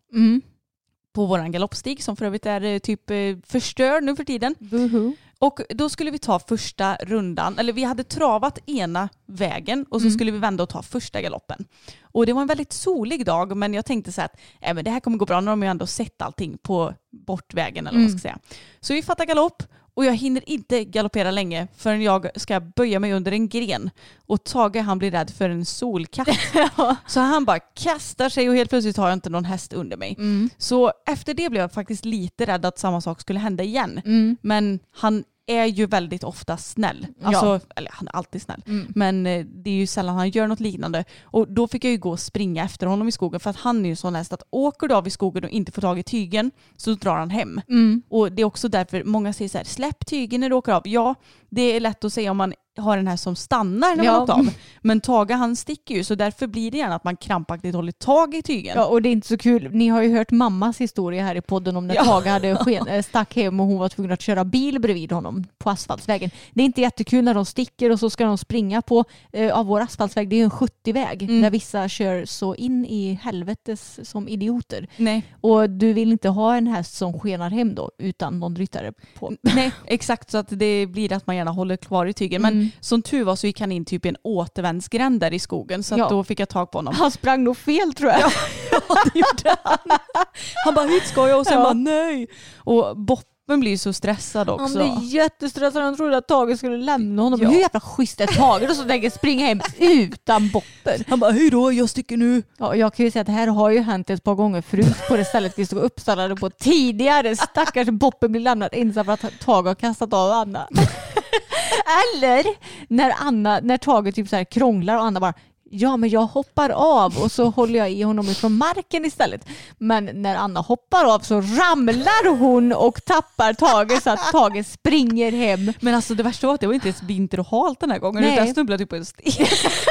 På våran galoppstig som för övrigt är typ förstörd nu för tiden. Och då skulle vi ta första rundan, eller vi hade travat ena vägen och så skulle vi vända och ta första galoppen. Och det var en väldigt solig dag, men jag tänkte så här att men det här kommer gå bra när de har ändå sett allting på bortvägen eller vad man ska säga. Så vi fattar galopp och jag hinner inte galoppera länge förrän jag ska böja mig under en gren. Och Tage, han blir rädd för en solkatt. Så han bara kastar sig och helt plötsligt har jag inte någon häst under mig. Så efter det blev jag faktiskt lite rädd att samma sak skulle hända igen. Men han är ju väldigt ofta snäll. Alltså, eller han är alltid snäll. Men det är ju sällan han gör något liknande. Och då fick jag ju gå och springa efter honom i skogen. För att han är ju sån häst att åker du av i skogen och inte får tag i tygen så drar han hem. Och det är också därför många säger så här, släpp tygen när du åker av. Ja, det är lätt att säga om man har den här som stannar när man har av. Men Tage han sticker ju, så därför blir det gärna att man krampaktigt håller tag i tygen. Ja, och det är inte så kul. Ni har ju hört mammas historia här i podden om när Tage hade stack hem och hon var tvungen att köra bil bredvid honom på asfaltsvägen. Det är inte jättekul när de sticker och så ska de springa på av vår asfaltsväg. Det är ju en 70-väg där vissa kör så in i helvetes som idioter. Nej. Och du vill inte ha en häst som skenar hem då utan någon ryttare på. Nej, exakt, så att det blir att man gärna håller kvar i tygen. Men som tur var så gick han in typ i en återvändsgränd där i skogen, så att då fick jag tag på honom. Han sprang nog fel tror jag. Ja, det gjorde han. Han bara, hit ska jag, och sen bara nej. Och Boppen blir så stressad också. Han blev jättestressad. Han trodde att Tage skulle lämna honom. Hur jävla schysst är Tage och så tänker springa hem utan Boppen. Han bara, hej då, jag sticker nu. Ja, jag kan ju säga att det här har ju hänt ett par gånger förut på det stället vi stod uppställade på tidigare. Stackars Boppen blir lämnad ensam för att Tage har kastat av Anna. Eller när Tage typ så här krånglar och Anna bara, ja men jag hoppar av och så håller jag i honom ifrån marken istället. Men när Anna hoppar av så ramlar hon och tappar Tage så att Tage springer hem. Men alltså det värsta var att det var inte ens vinter och halt den här gången. Nej. Utan jag snubblade typ på en sten.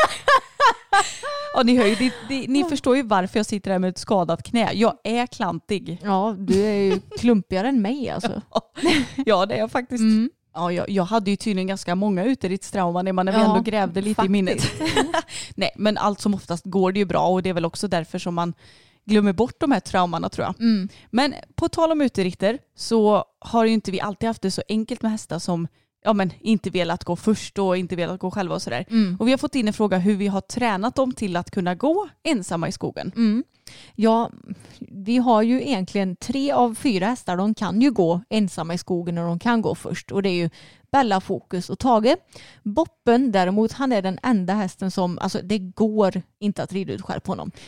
Ja, ni hör ju, ni förstår ju varför jag sitter här med ett skadat knä. Jag är klantig. Ja, du är ju klumpigare än mig alltså. Ja, det är jag faktiskt. Ja, jag hade ju tydligen ganska många uterrittstrauman när man ändå grävde lite faktiskt i minnet. Nej, men allt som oftast går det ju bra, och det är väl också därför som man glömmer bort de här traumorna tror jag. Men på tal om uteritter så har ju inte vi alltid haft det så enkelt med hästar som inte velat gå först och inte velat gå själva och sådär. Och vi har fått in en fråga hur vi har tränat dem till att kunna gå ensamma i skogen. Ja, vi har ju egentligen 3 av 4 hästar. De kan ju gå ensamma i skogen och de kan gå först. Och det är ju Bella, Fokus och Tage. Boppen däremot, han är den enda hästen som, alltså det går inte att rida ut själv på honom.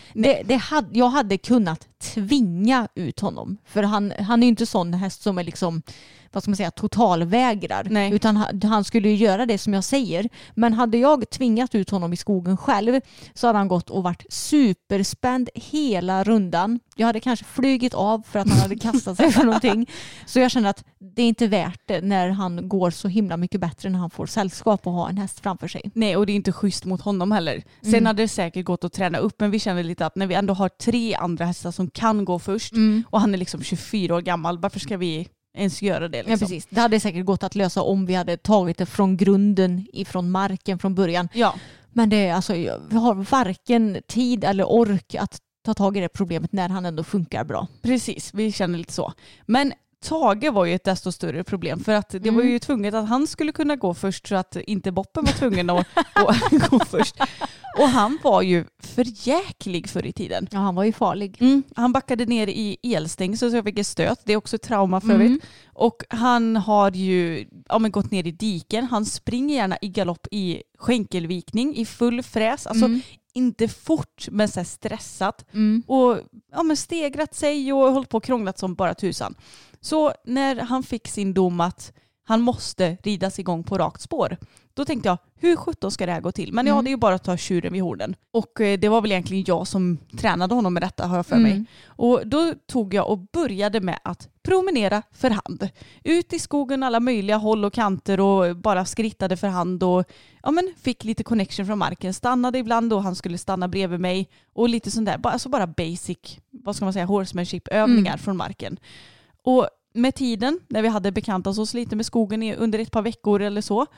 Jag hade kunnat tvinga ut honom. För han är ju inte sån häst som är liksom, vad ska man säga, totalvägrar. Nej. Utan han skulle ju göra det som jag säger. Men hade jag tvingat ut honom i skogen själv så hade han gått och varit superspänd hela rundan. Jag hade kanske flugit av för att han hade kastat sig för någonting. Så jag känner att det är inte värt det när han går så himla mycket bättre när han får sällskap och ha en häst framför sig. Nej, och det är inte schysst mot honom heller. Sen hade det säkert gått att träna upp, men vi känner lite att när vi ändå har 3 andra hästar som kan gå först och han är liksom 24 år gammal, varför ska vi ens göra det? Liksom? Ja, precis. Det hade säkert gått att lösa om vi hade tagit det från grunden, ifrån marken från början. Ja. Men det är alltså, vi har varken tid eller ork att ta tag i det problemet när han ändå funkar bra. Precis, vi känner lite så. Men Tage var ju ett desto större problem, för att det var ju tvunget att han skulle kunna gå först så att inte Boppen var tvungen att gå först. Och han var ju förjäklig förr i tiden. Ja, han var ju farlig. Han backade ner i elstängsel så jag fick ett stöt. Det är också ett trauma förut. Och han har ju gått ner i diken. Han springer gärna i galopp i skänkelvikning i full fräs. Alltså inte fort men så stressat. Och stegrat sig och hållit på och krånglat som bara tusan. Så när han fick sin dom att han måste ridas igång på rakt spår, då tänkte jag, hur 17 ska det här gå till? Men det är ju bara att ta tjuren vid horden. Och det var väl egentligen jag som tränade honom med detta, har jag för mig. Och då tog jag och började med att promenera för hand. Ut i skogen alla möjliga håll och kanter och bara skrittade för hand och fick lite connection från marken. Stannade ibland och han skulle stanna bredvid mig och lite sånt där. Alltså bara basic, vad ska man säga, horsemanship-övningar från marken. Och med tiden, när vi hade bekantat oss lite med skogen under ett par veckor eller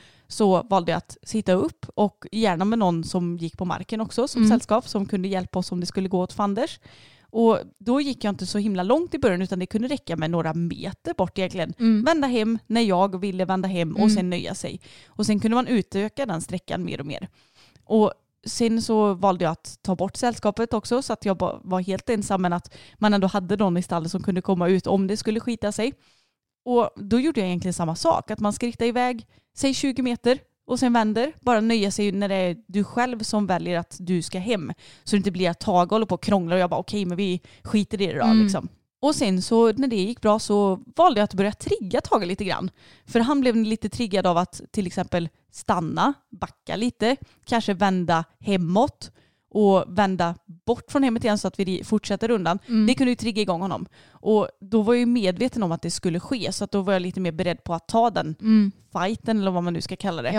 så valde jag att sitta upp och gärna med någon som gick på marken också som sällskap som kunde hjälpa oss om det skulle gå åt fanders. Och då gick jag inte så himla långt i början utan det kunde räcka med några meter bort egentligen. Vända hem när jag ville vända hem och sen nöja sig. Och sen kunde man utöka den sträckan mer och mer. Och sen så valde jag att ta bort sällskapet också så att jag var helt ensam, men att man ändå hade någon i stallet som kunde komma ut om det skulle skita sig. Och då gjorde jag egentligen samma sak, att man skrittar iväg, säg 20 meter och sen vänder. Bara nöja sig när det är du själv som väljer att du ska hem. Så det inte blir att Tage håller på och krånglar och jag bara okej, men vi skiter i det då liksom. Och sen så när det gick bra så valde jag att börja trigga Tage lite grann. För han blev lite triggad av att till exempel stanna, backa lite, kanske vända hemåt och vända bort från hemmet igen så att vi fortsätter rundan. Det kunde ju trigga igång honom. Och då var jag ju medveten om att det skulle ske, så att då var jag lite mer beredd på att ta den fighten eller vad man nu ska kalla det. Ja.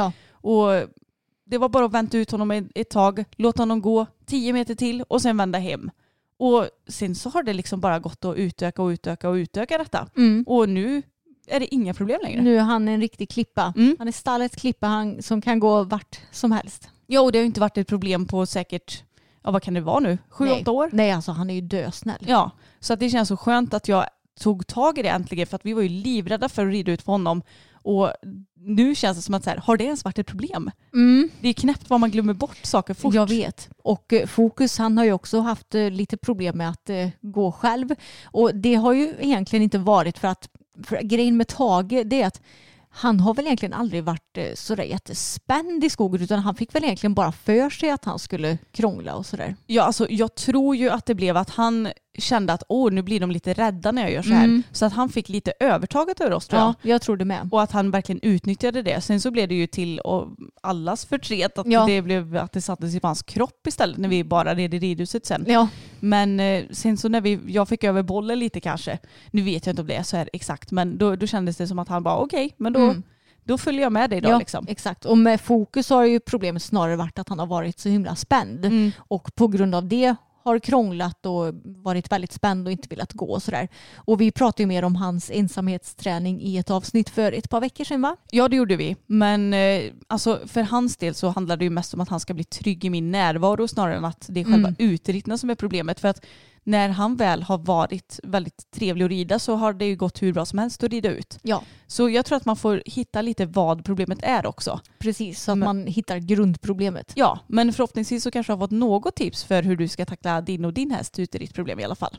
Och det var bara att vänta ut honom ett tag, låta honom gå 10 meter till och sen vända hem. Och sen så har det liksom bara gått att utöka detta. Och nu är det inga problem längre. Nu är han en riktig klippa. Han är stallets klippa som kan gå vart som helst. Ja, och det har inte varit ett problem på säkert, vad kan det vara nu? 7-8 år? Nej, alltså han är ju dösnäll. Ja, så att det känns så skönt att jag tog tag i det äntligen, för att vi var ju livrädda för att rida ut för honom. Och nu känns det som att så här, har det ens varit ett problem? Det är knäppt vad man glömmer bort saker fort. Jag vet. Och Fokus, han har ju också haft lite problem med att gå själv. Och det har ju egentligen inte varit för grejen med Tage, det är att han har väl egentligen aldrig varit sådär jättespänd i skogen, utan han fick väl egentligen bara för sig att han skulle krångla och sådär. Ja, alltså jag tror ju att det blev att han kände att nu blir de lite rädda när jag gör så här. Så att han fick lite övertaget över oss, tror jag. Ja, jag tror det med. Och att han verkligen utnyttjade det. Sen så blev det ju till allas förtret att det sattes i hans kropp istället när vi bara red i ridhuset sen. Ja. Men sen så när jag fick över bollen lite kanske, nu vet jag inte om det är så här exakt, men då kändes det som att han bara okej, men då följer jag med dig då. Ja, liksom. Exakt. Och med Fokus har ju problemet snarare varit att han har varit så himla spänd. Och på grund av det har krånglat och varit väldigt spänd och inte velat gå och sådär. Och vi pratade ju mer om hans ensamhetsträning i ett avsnitt för ett par veckor sedan, va? Ja, det gjorde vi. Men alltså, för hans del så handlar det ju mest om att han ska bli trygg i min närvaro snarare än att det är själva utridningen som är problemet. För att när han väl har varit väldigt trevlig att rida så har det ju gått hur bra som helst att rida ut. Ja. Så jag tror att man får hitta lite vad problemet är också. Precis, så att man hittar grundproblemet. Ja, men förhoppningsvis så kanske du har fått något tips för hur du ska tackla din häst ut i ditt problem i alla fall.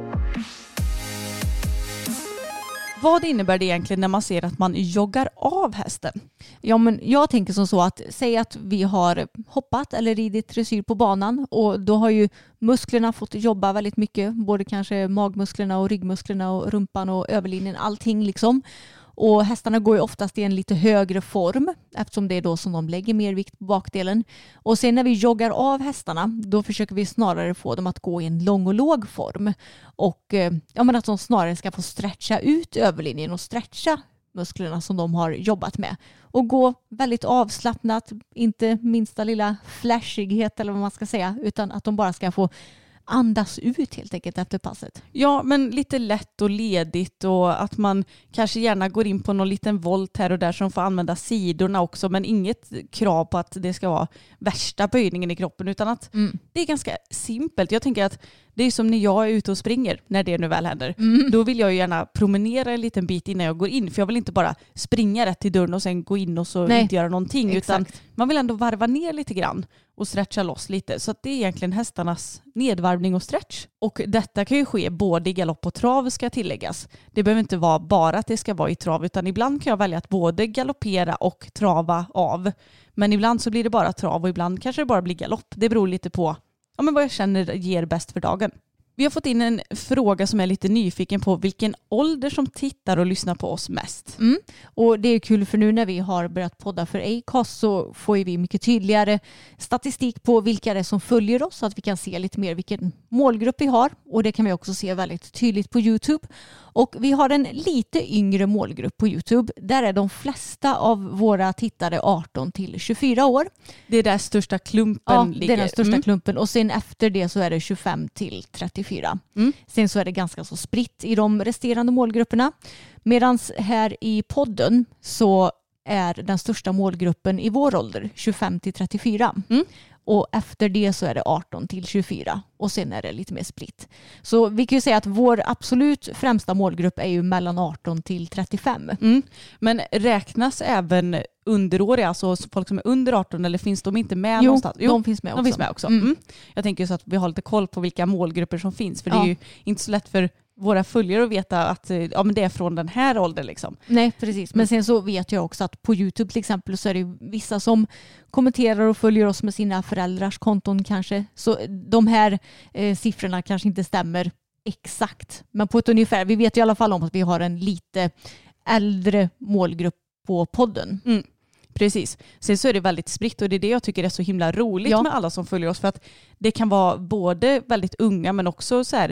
Vad innebär det egentligen när man ser att man joggar av hästen? Ja, men jag tänker som så att säg att vi har hoppat eller ridit dressyr på banan, och då har ju musklerna fått jobba väldigt mycket, både kanske magmusklerna och ryggmusklerna och rumpan och överlinjen, allting liksom. Och hästarna går ju oftast i en lite högre form eftersom det är då som de lägger mer vikt på bakdelen. Och sen när vi joggar av hästarna, då försöker vi snarare få dem att gå i en lång och låg form. Och att de snarare ska få stretcha ut överlinjen och stretcha musklerna som de har jobbat med. Och gå väldigt avslappnat, inte minsta lilla flashighet eller vad man ska säga, utan att de bara ska få andas ut helt enkelt efter passet. Ja, men lite lätt och ledigt, och att man kanske gärna går in på någon liten volt här och där som får använda sidorna också, men inget krav på att det ska vara värsta böjningen i kroppen, utan att det är ganska simpelt. Jag tänker att det är som när jag är ute och springer, när det nu väl händer. Då vill jag ju gärna promenera en liten bit innan jag går in, för jag vill inte bara springa rätt till dörren och sen gå in och så inte göra någonting. Exakt. Utan man vill ändå varva ner lite grann och stretcha loss lite. Så att det är egentligen hästarnas nedvarvning och stretch. Och detta kan ju ske både i galopp och trav, ska tilläggas. Det behöver inte vara bara att det ska vara i trav, utan ibland kan jag välja att både galoppera och trava av. Men ibland så blir det bara trav och ibland kanske det bara blir galopp. Det beror lite på vad jag känner ger bäst för dagen. Vi har fått in en fråga som är lite nyfiken på vilken ålder som tittar och lyssnar på oss mest. Och det är kul, för nu när vi har börjat podda för Acast så får vi mycket tydligare statistik på vilka det är som följer oss, så att vi kan se lite mer vilken målgrupp vi har. Och det kan vi också se väldigt tydligt på YouTube. Och vi har en lite yngre målgrupp på YouTube. Där är de flesta av våra tittare 18 till 24 år. Det är där största klumpen ligger. Ja, det är den största klumpen. Och sen efter det så är det 25 till 34. Sen så är det ganska så spritt i de resterande målgrupperna. Medan här i podden så är den största målgruppen i vår ålder 25 till 34. Och efter det så är det 18 till 24. Och sen är det lite mer spritt. Så vi kan ju säga att vår absolut främsta målgrupp är ju mellan 18 till 35. Men räknas även underåriga, alltså folk som är under 18, eller finns de inte med någonstans? Jo, de finns med också. De finns med också. Jag tänker så att vi har lite koll på vilka målgrupper som finns. För det är ju inte så lätt för våra följare att veta att men det är från den här åldern liksom. Nej, precis. Men sen så vet jag också att på YouTube till exempel så är det vissa som kommenterar och följer oss med sina föräldrars konton kanske. Så de här siffrorna kanske inte stämmer exakt. Men på ett ungefär, vi vet i alla fall om att vi har en lite äldre målgrupp på podden. Precis. Sen så är det väldigt spritt, och det är det jag tycker är så himla roligt med alla som följer oss, för att det kan vara både väldigt unga men också så här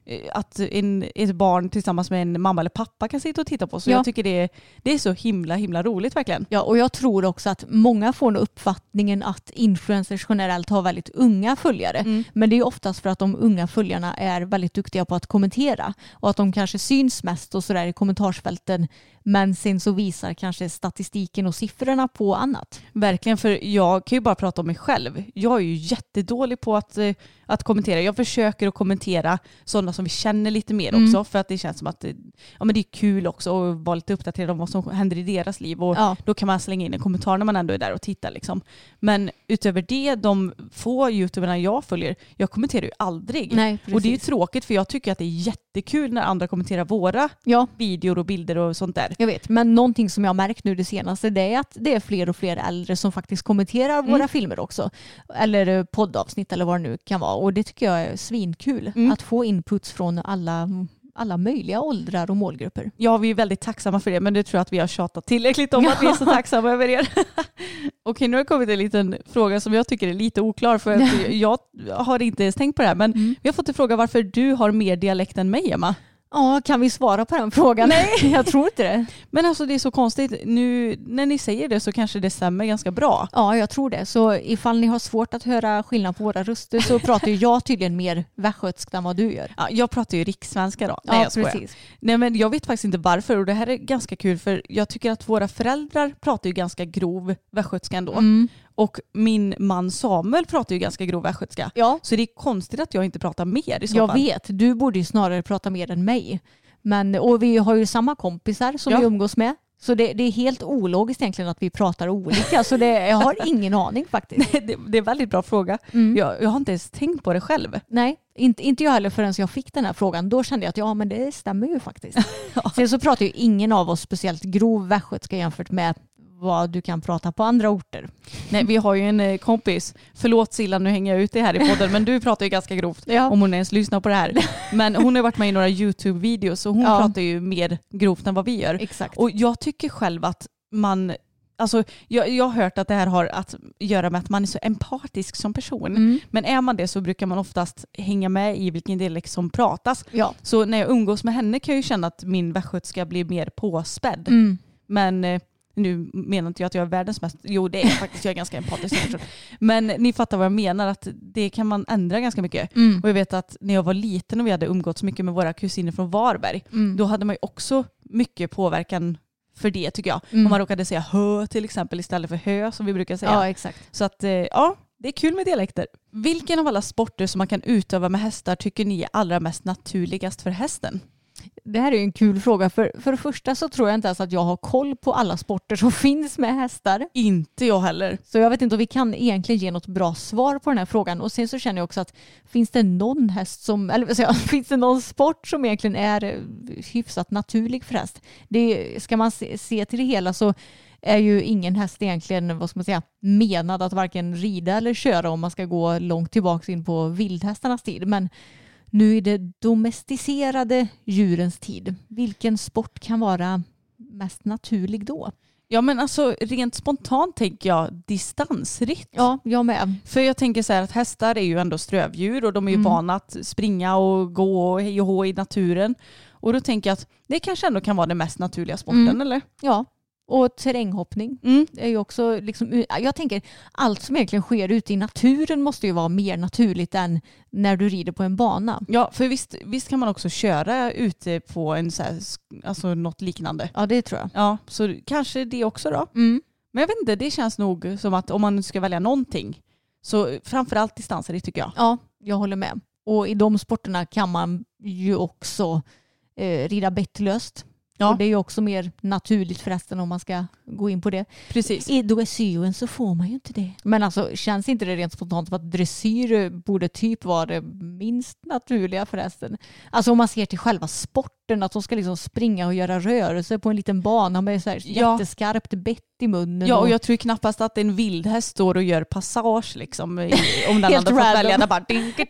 att ett barn tillsammans med en mamma eller pappa kan sitta och titta på. Så jag tycker det är så himla roligt verkligen. Ja, och jag tror också att många får uppfattningen att influencers generellt har väldigt unga följare. Men det är oftast för att de unga följarna är väldigt duktiga på att kommentera och att de kanske syns mest och sådär i kommentarsfälten. Men sen så visar kanske statistiken och siffrorna på annat. Verkligen, för jag kan ju bara prata om mig själv. Jag är ju jättedålig på att kommentera. Jag försöker att kommentera sådana som vi känner lite mer också. För att det känns som att men det är kul också att vara lite uppdaterad om vad som händer i deras liv. Och då kan man slänga in en kommentar när man ändå är där och tittar. Liksom. Men utöver det, de få youtuberna jag följer, jag kommenterar ju aldrig. Nej, och det är ju tråkigt, för jag tycker att det är jättekul när andra kommenterar våra videor och bilder och sånt där. Jag vet, men någonting som jag har märkt nu det senaste, det är att det är fler och fler äldre som faktiskt kommenterar våra filmer också. Eller poddavsnitt eller vad det nu kan vara. Och det tycker jag är svinkul. Att få inputs från alla möjliga åldrar och målgrupper. Ja, vi är väldigt tacksamma för det, men det tror jag att vi har tjatat tillräckligt om att vi är så tacksamma över er. Okej, nu har det kommit en liten fråga som jag tycker är lite oklar, för att jag har inte ens tänkt på det här, men vi har fått en fråga varför du har mer dialekt än mig, Emma. Ja, kan vi svara på den frågan? Nej, jag tror inte det. Men alltså det är så konstigt. Nu när ni säger det så kanske det stämmer ganska bra. Ja, jag tror det. Så ifall ni har svårt att höra skillnad på våra röster så pratar ju jag tydligen mer västgötskt än vad du gör. Ja, jag pratar ju rikssvenska då. Nej, ja, precis. Nej, men jag vet faktiskt inte varför, och det här är ganska kul, för jag tycker att våra föräldrar pratar ju ganska grov västgötska ändå. Och min man Samuel pratar ju ganska grov västgötska. Ja. Så det är konstigt att jag inte pratar mer i så fall. Jag vet, du borde ju snarare prata mer än mig. Och vi har ju samma kompisar som vi umgås med. Så det är helt ologiskt egentligen att vi pratar olika. Så jag har ingen aning faktiskt. Det är en väldigt bra fråga. Jag har inte ens tänkt på det själv. Nej, inte jag heller förrän jag fick den här frågan. Då kände jag att men det stämmer ju faktiskt. Sen så pratar ju ingen av oss speciellt grov västgötska jämfört med vad du kan prata på andra orter. Nej, vi har ju en kompis. Förlåt Silla, nu hänger jag ut det här i podden, men du pratar ju ganska grovt om hon ens lyssnar på det här. Men hon har varit med i några YouTube-videos, så hon pratar ju mer grovt än vad vi gör. Exakt. Och jag tycker själv att man... Alltså, jag har hört att det här har att göra med att man är så empatisk som person. Men är man det så brukar man oftast hänga med i vilken dialekt som pratas. Ja. Så när jag umgås med henne kan jag ju känna att min västgötska blir mer påspädd. Men... Nu menar inte jag att jag är världens mest... Jo, det är faktiskt, jag är ganska empatisk. Men ni fattar vad jag menar, att det kan man ändra ganska mycket. Och jag vet att när jag var liten och vi hade umgått så mycket med våra kusiner från Varberg, då hade man ju också mycket påverkan för det, tycker jag. Om man råkade säga hö till exempel istället för hö, som vi brukar säga. Ja, exakt. Så att, det är kul med dialekter. Vilken av alla sporter som man kan utöva med hästar tycker ni är allra mest naturligast för hästen? Det här är ju en kul fråga. För det första så tror jag inte ens att jag har koll på alla sporter som finns med hästar. Inte jag heller. Så jag vet inte om vi kan egentligen ge något bra svar på den här frågan. Och sen så känner jag också att finns det någon häst som, eller finns det någon sport som egentligen är hyfsat naturlig för häst? Ska man se till det hela så är ju ingen häst egentligen, vad ska man säga, menad att varken rida eller köra om man ska gå långt tillbaka in på vildhästarnas tid. Men nu är det domesticerade djurens tid. Vilken sport kan vara mest naturlig då? Ja, men alltså rent spontant tänker jag distansritt. Ja, jag med. För jag tänker så här att hästar är ju ändå strövdjur och de är ju vana att springa och gå och hej och hå i naturen. Och då tänker jag att det kanske ändå kan vara den mest naturliga sporten, eller? Ja. Och terränghoppning är ju också liksom, jag tänker allt som egentligen sker ute i naturen måste ju vara mer naturligt än när du rider på en bana. Ja, för visst kan man också köra ute på en så här, alltså något liknande. Ja, det tror jag. Ja, så kanske det också då. Men jag vet inte, det känns nog som att om man ska välja någonting så framförallt distanser, tycker jag. Ja, jag håller med. Och i de sporterna kan man ju också rida bettlöst. Ja. Och det är ju också mer naturligt förresten om man ska gå in på det. Precis. I dressyren så får man ju inte det. Men alltså känns inte det rent spontant som att dressyr borde typ vara det minst naturliga förresten? Alltså om man ser till själva sporten, att de ska liksom springa och göra rörelser på en liten bana med så här jätteskarpt bett i munnen. Ja, och jag tror knappast att en vildhäst står och gör passage liksom, om den hade fått välja. Bara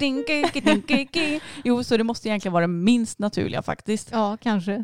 dinke. Jo, så det måste egentligen vara det minst naturliga faktiskt. Ja, kanske.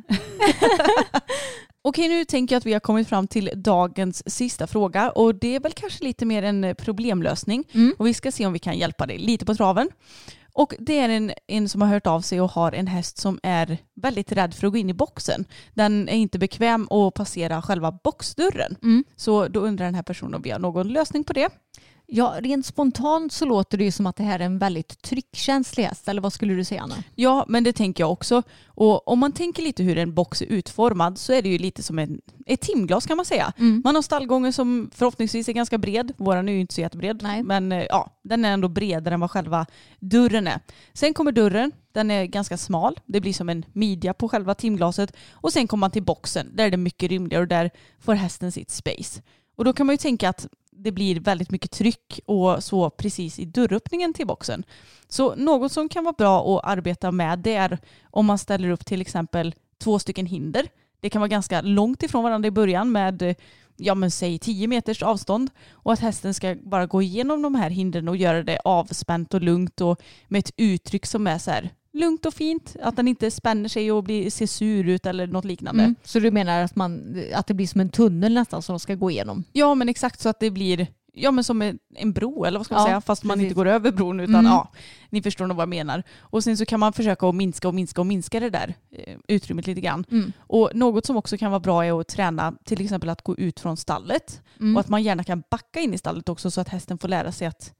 Okej, nu tänker jag att vi har kommit fram till dagens sista fråga, och det är väl kanske lite mer en problemlösning. Och vi ska se om vi kan hjälpa dig lite på traven. Och det är en som har hört av sig och har en häst som är väldigt rädd för att gå in i boxen. Den är inte bekväm att passera själva boxdörren. Så då undrar den här personen om vi har någon lösning på det. Ja, rent spontant så låter det ju som att det här är en väldigt tryckkänslig häst. Eller vad skulle du säga, Anna? Ja, men det tänker jag också. Och om man tänker lite hur en box är utformad så är det ju lite som ett timglas kan man säga. Man har stallgången som förhoppningsvis är ganska bred. Våran är ju inte så jättebred. Nej. Men ja, den är ändå bredare än vad själva dörren är. Sen kommer dörren. Den är ganska smal. Det blir som en midja på själva timglaset. Och sen kommer man till boxen. Där är det mycket rymligare och där får hästen sitt space. Och då kan man ju tänka att det blir väldigt mycket tryck och så precis i dörröppningen till boxen. Så något som kan vara bra att arbeta med det är om man ställer upp till exempel 2 stycken hinder. Det kan vara ganska långt ifrån varandra i början med säg 10 meters avstånd och att hästen ska bara gå igenom de här hindren och göra det avspänt och lugnt och med ett uttryck som är så här lugnt och fint. Att den inte spänner sig och ser sur ut eller något liknande. Så du menar att det blir som en tunnel nästan som de ska gå igenom? Ja, men exakt så att det blir som en bro eller vad ska man säga. Fast man precis. inte går över bron utan ni förstår nog vad jag menar. Och sen så kan man försöka att minska det där utrymmet lite grann. Och något som också kan vara bra är att träna till exempel att gå ut från stallet. Och att man gärna kan backa in i stallet också så att hästen får lära sig att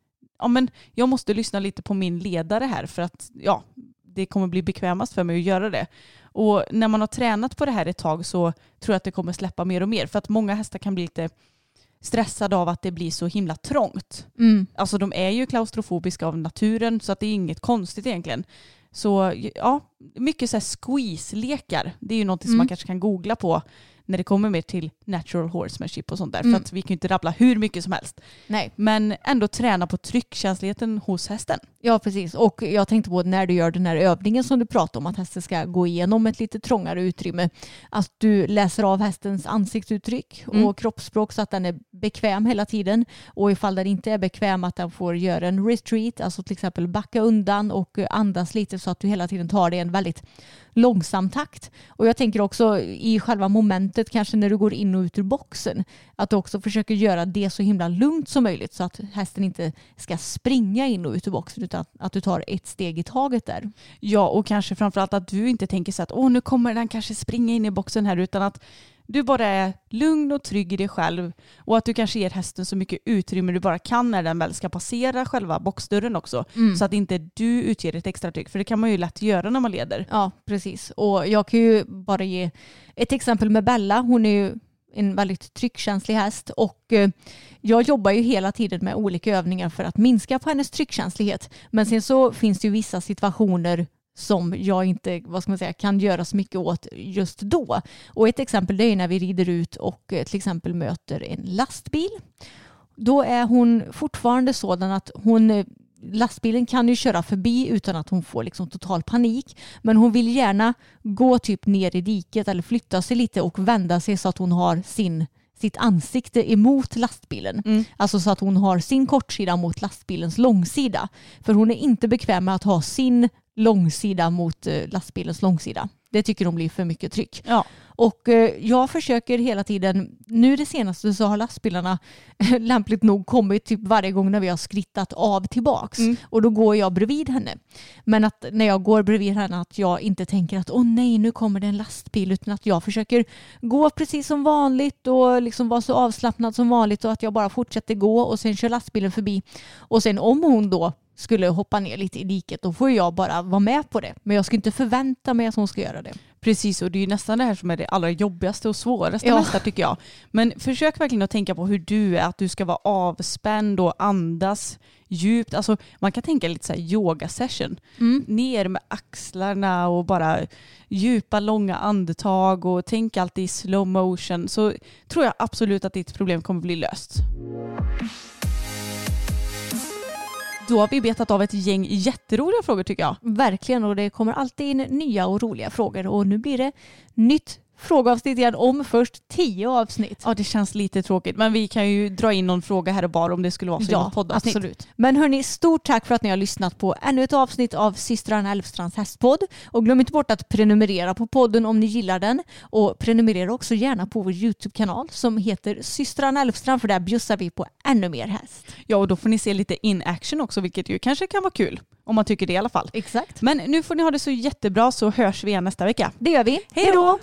jag måste lyssna lite på min ledare här för att det kommer bli bekvämast för mig att göra det. Och när man har tränat på det här ett tag så tror jag att det kommer släppa mer och mer. För att många hästar kan bli lite stressade av att det blir så himla trångt. Alltså de är ju klaustrofobiska av naturen så att det är inget konstigt egentligen. Så ja, mycket så här squeeze-lekar. Det är ju något som man kanske kan googla på när det kommer mer till natural horsemanship och sånt där. För att vi kan ju inte rabbla hur mycket som helst. Nej. Men ändå träna på tryckkänsligheten hos hästen. Ja, precis. Och jag tänkte på när du gör den här övningen som du pratade om, att hästen ska gå igenom ett lite trångare utrymme. Att du läser av hästens ansiktsuttryck och kroppsspråk så att den är bekväm hela tiden. Och ifall den inte är bekväm att den får göra en retreat, alltså till exempel backa undan och andas lite så att du hela tiden tar det i en väldigt långsam takt. Och jag tänker också i själva momentet kanske när du går in och ut ur boxen att du också försöker göra det så himla lugnt som möjligt så att hästen inte ska springa in och ut ur boxen utan att du tar ett steg i taget där. Ja, och kanske framförallt att du inte tänker så att nu kommer den kanske springa in i boxen här utan att du bara är lugn och trygg i dig själv och att du kanske ger hästen så mycket utrymme du bara kan när den väl ska passera själva boxdörren också. Så att inte du utger ett extra tryck. För det kan man ju lätt göra när man leder. Ja, precis. Och jag kan ju bara ge ett exempel med Bella. Hon är ju en väldigt tryckkänslig häst och jag jobbar ju hela tiden med olika övningar för att minska på hennes tryckkänslighet. Men sen så finns det ju vissa situationer som jag inte kan göra så mycket åt just då. Och ett exempel det är när vi rider ut och till exempel möter en lastbil. Då är hon fortfarande sådan att lastbilen kan ju köra förbi utan att hon får liksom total panik. Men hon vill gärna gå typ ner i diket eller flytta sig lite och vända sig så att hon har sitt ansikte emot lastbilen. Alltså så att hon har sin kortsida mot lastbilens långsida. För hon är inte bekväm med att ha sin långsida mot lastbilens långsida. Det tycker de blir för mycket tryck. Ja. Och jag försöker hela tiden, nu det senaste så har lastbilarna lämpligt nog kommit typ varje gång när vi har skrittat av tillbaks. Och då går jag bredvid henne. Men att när jag går bredvid henne att jag inte tänker att nej nu kommer det en lastbil utan att jag försöker gå precis som vanligt och liksom vara så avslappnad som vanligt och att jag bara fortsätter gå och sen kör lastbilen förbi. Och sen om hon då skulle hoppa ner lite i diket då får jag bara vara med på det. Men jag ska inte förvänta mig att hon ska göra det. Precis, och det är ju nästan det här som är det allra jobbigaste och svåraste nästan tycker jag. Men försök verkligen att tänka på hur du är, att du ska vara avspänd och andas djupt. Alltså man kan tänka lite så här yoga session. Ner med axlarna och bara djupa långa andetag och tänk alltid i slow motion. Så tror jag absolut att ditt problem kommer bli löst. Då har vi betat av ett gäng jätteroliga frågor tycker jag. Verkligen, och det kommer alltid in nya och roliga frågor. Och nu blir det nytt frågeavsnitt igen om först 10 avsnitt. Ja, det känns lite tråkigt. Men vi kan ju dra in någon fråga här och bara om det skulle vara så i något poddavsnitt. Absolut. Men hörni, stort tack för att ni har lyssnat på ännu ett avsnitt av systrarna Elfstrands hästpodd. Och glöm inte bort att prenumerera på podden om ni gillar den. Och prenumerera också gärna på vår YouTube-kanal som heter systrarna Elfstrand, för där bjussar vi på ännu mer häst. Ja, och då får ni se lite in action också, vilket ju kanske kan vara kul. Om man tycker det i alla fall. Exakt. Men nu får ni ha det så jättebra, så hörs vi igen nästa vecka. Det gör vi. Hej då!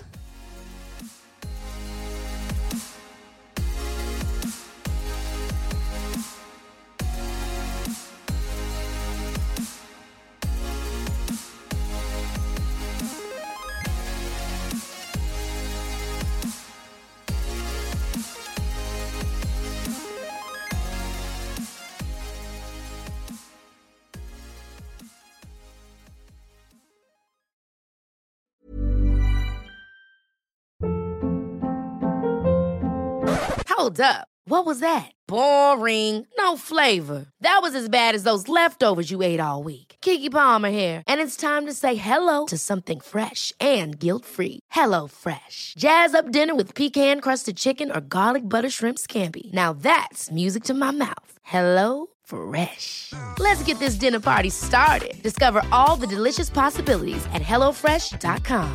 Hold up. What was that? Boring. No flavor. That was as bad as those leftovers you ate all week. Keke Palmer here, and it's time to say hello to something fresh and guilt-free. Hello Fresh. Jazz up dinner with pecan-crusted chicken or garlic butter shrimp scampi. Now that's music to my mouth. Hello Fresh. Let's get this dinner party started. Discover all the delicious possibilities at hellofresh.com.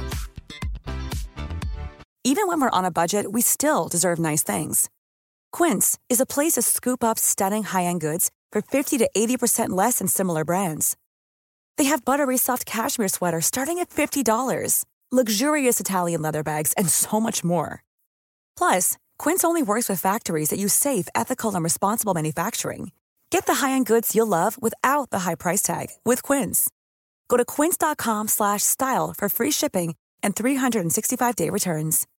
Even when we're on a budget, we still deserve nice things. Quince is a place to scoop up stunning high-end goods for 50 to 80% less than similar brands. They have buttery soft cashmere sweaters starting at $50, luxurious Italian leather bags, and so much more. Plus, Quince only works with factories that use safe, ethical, and responsible manufacturing. Get the high-end goods you'll love without the high price tag with Quince. Go to quince.com/style for free shipping and 365-day returns.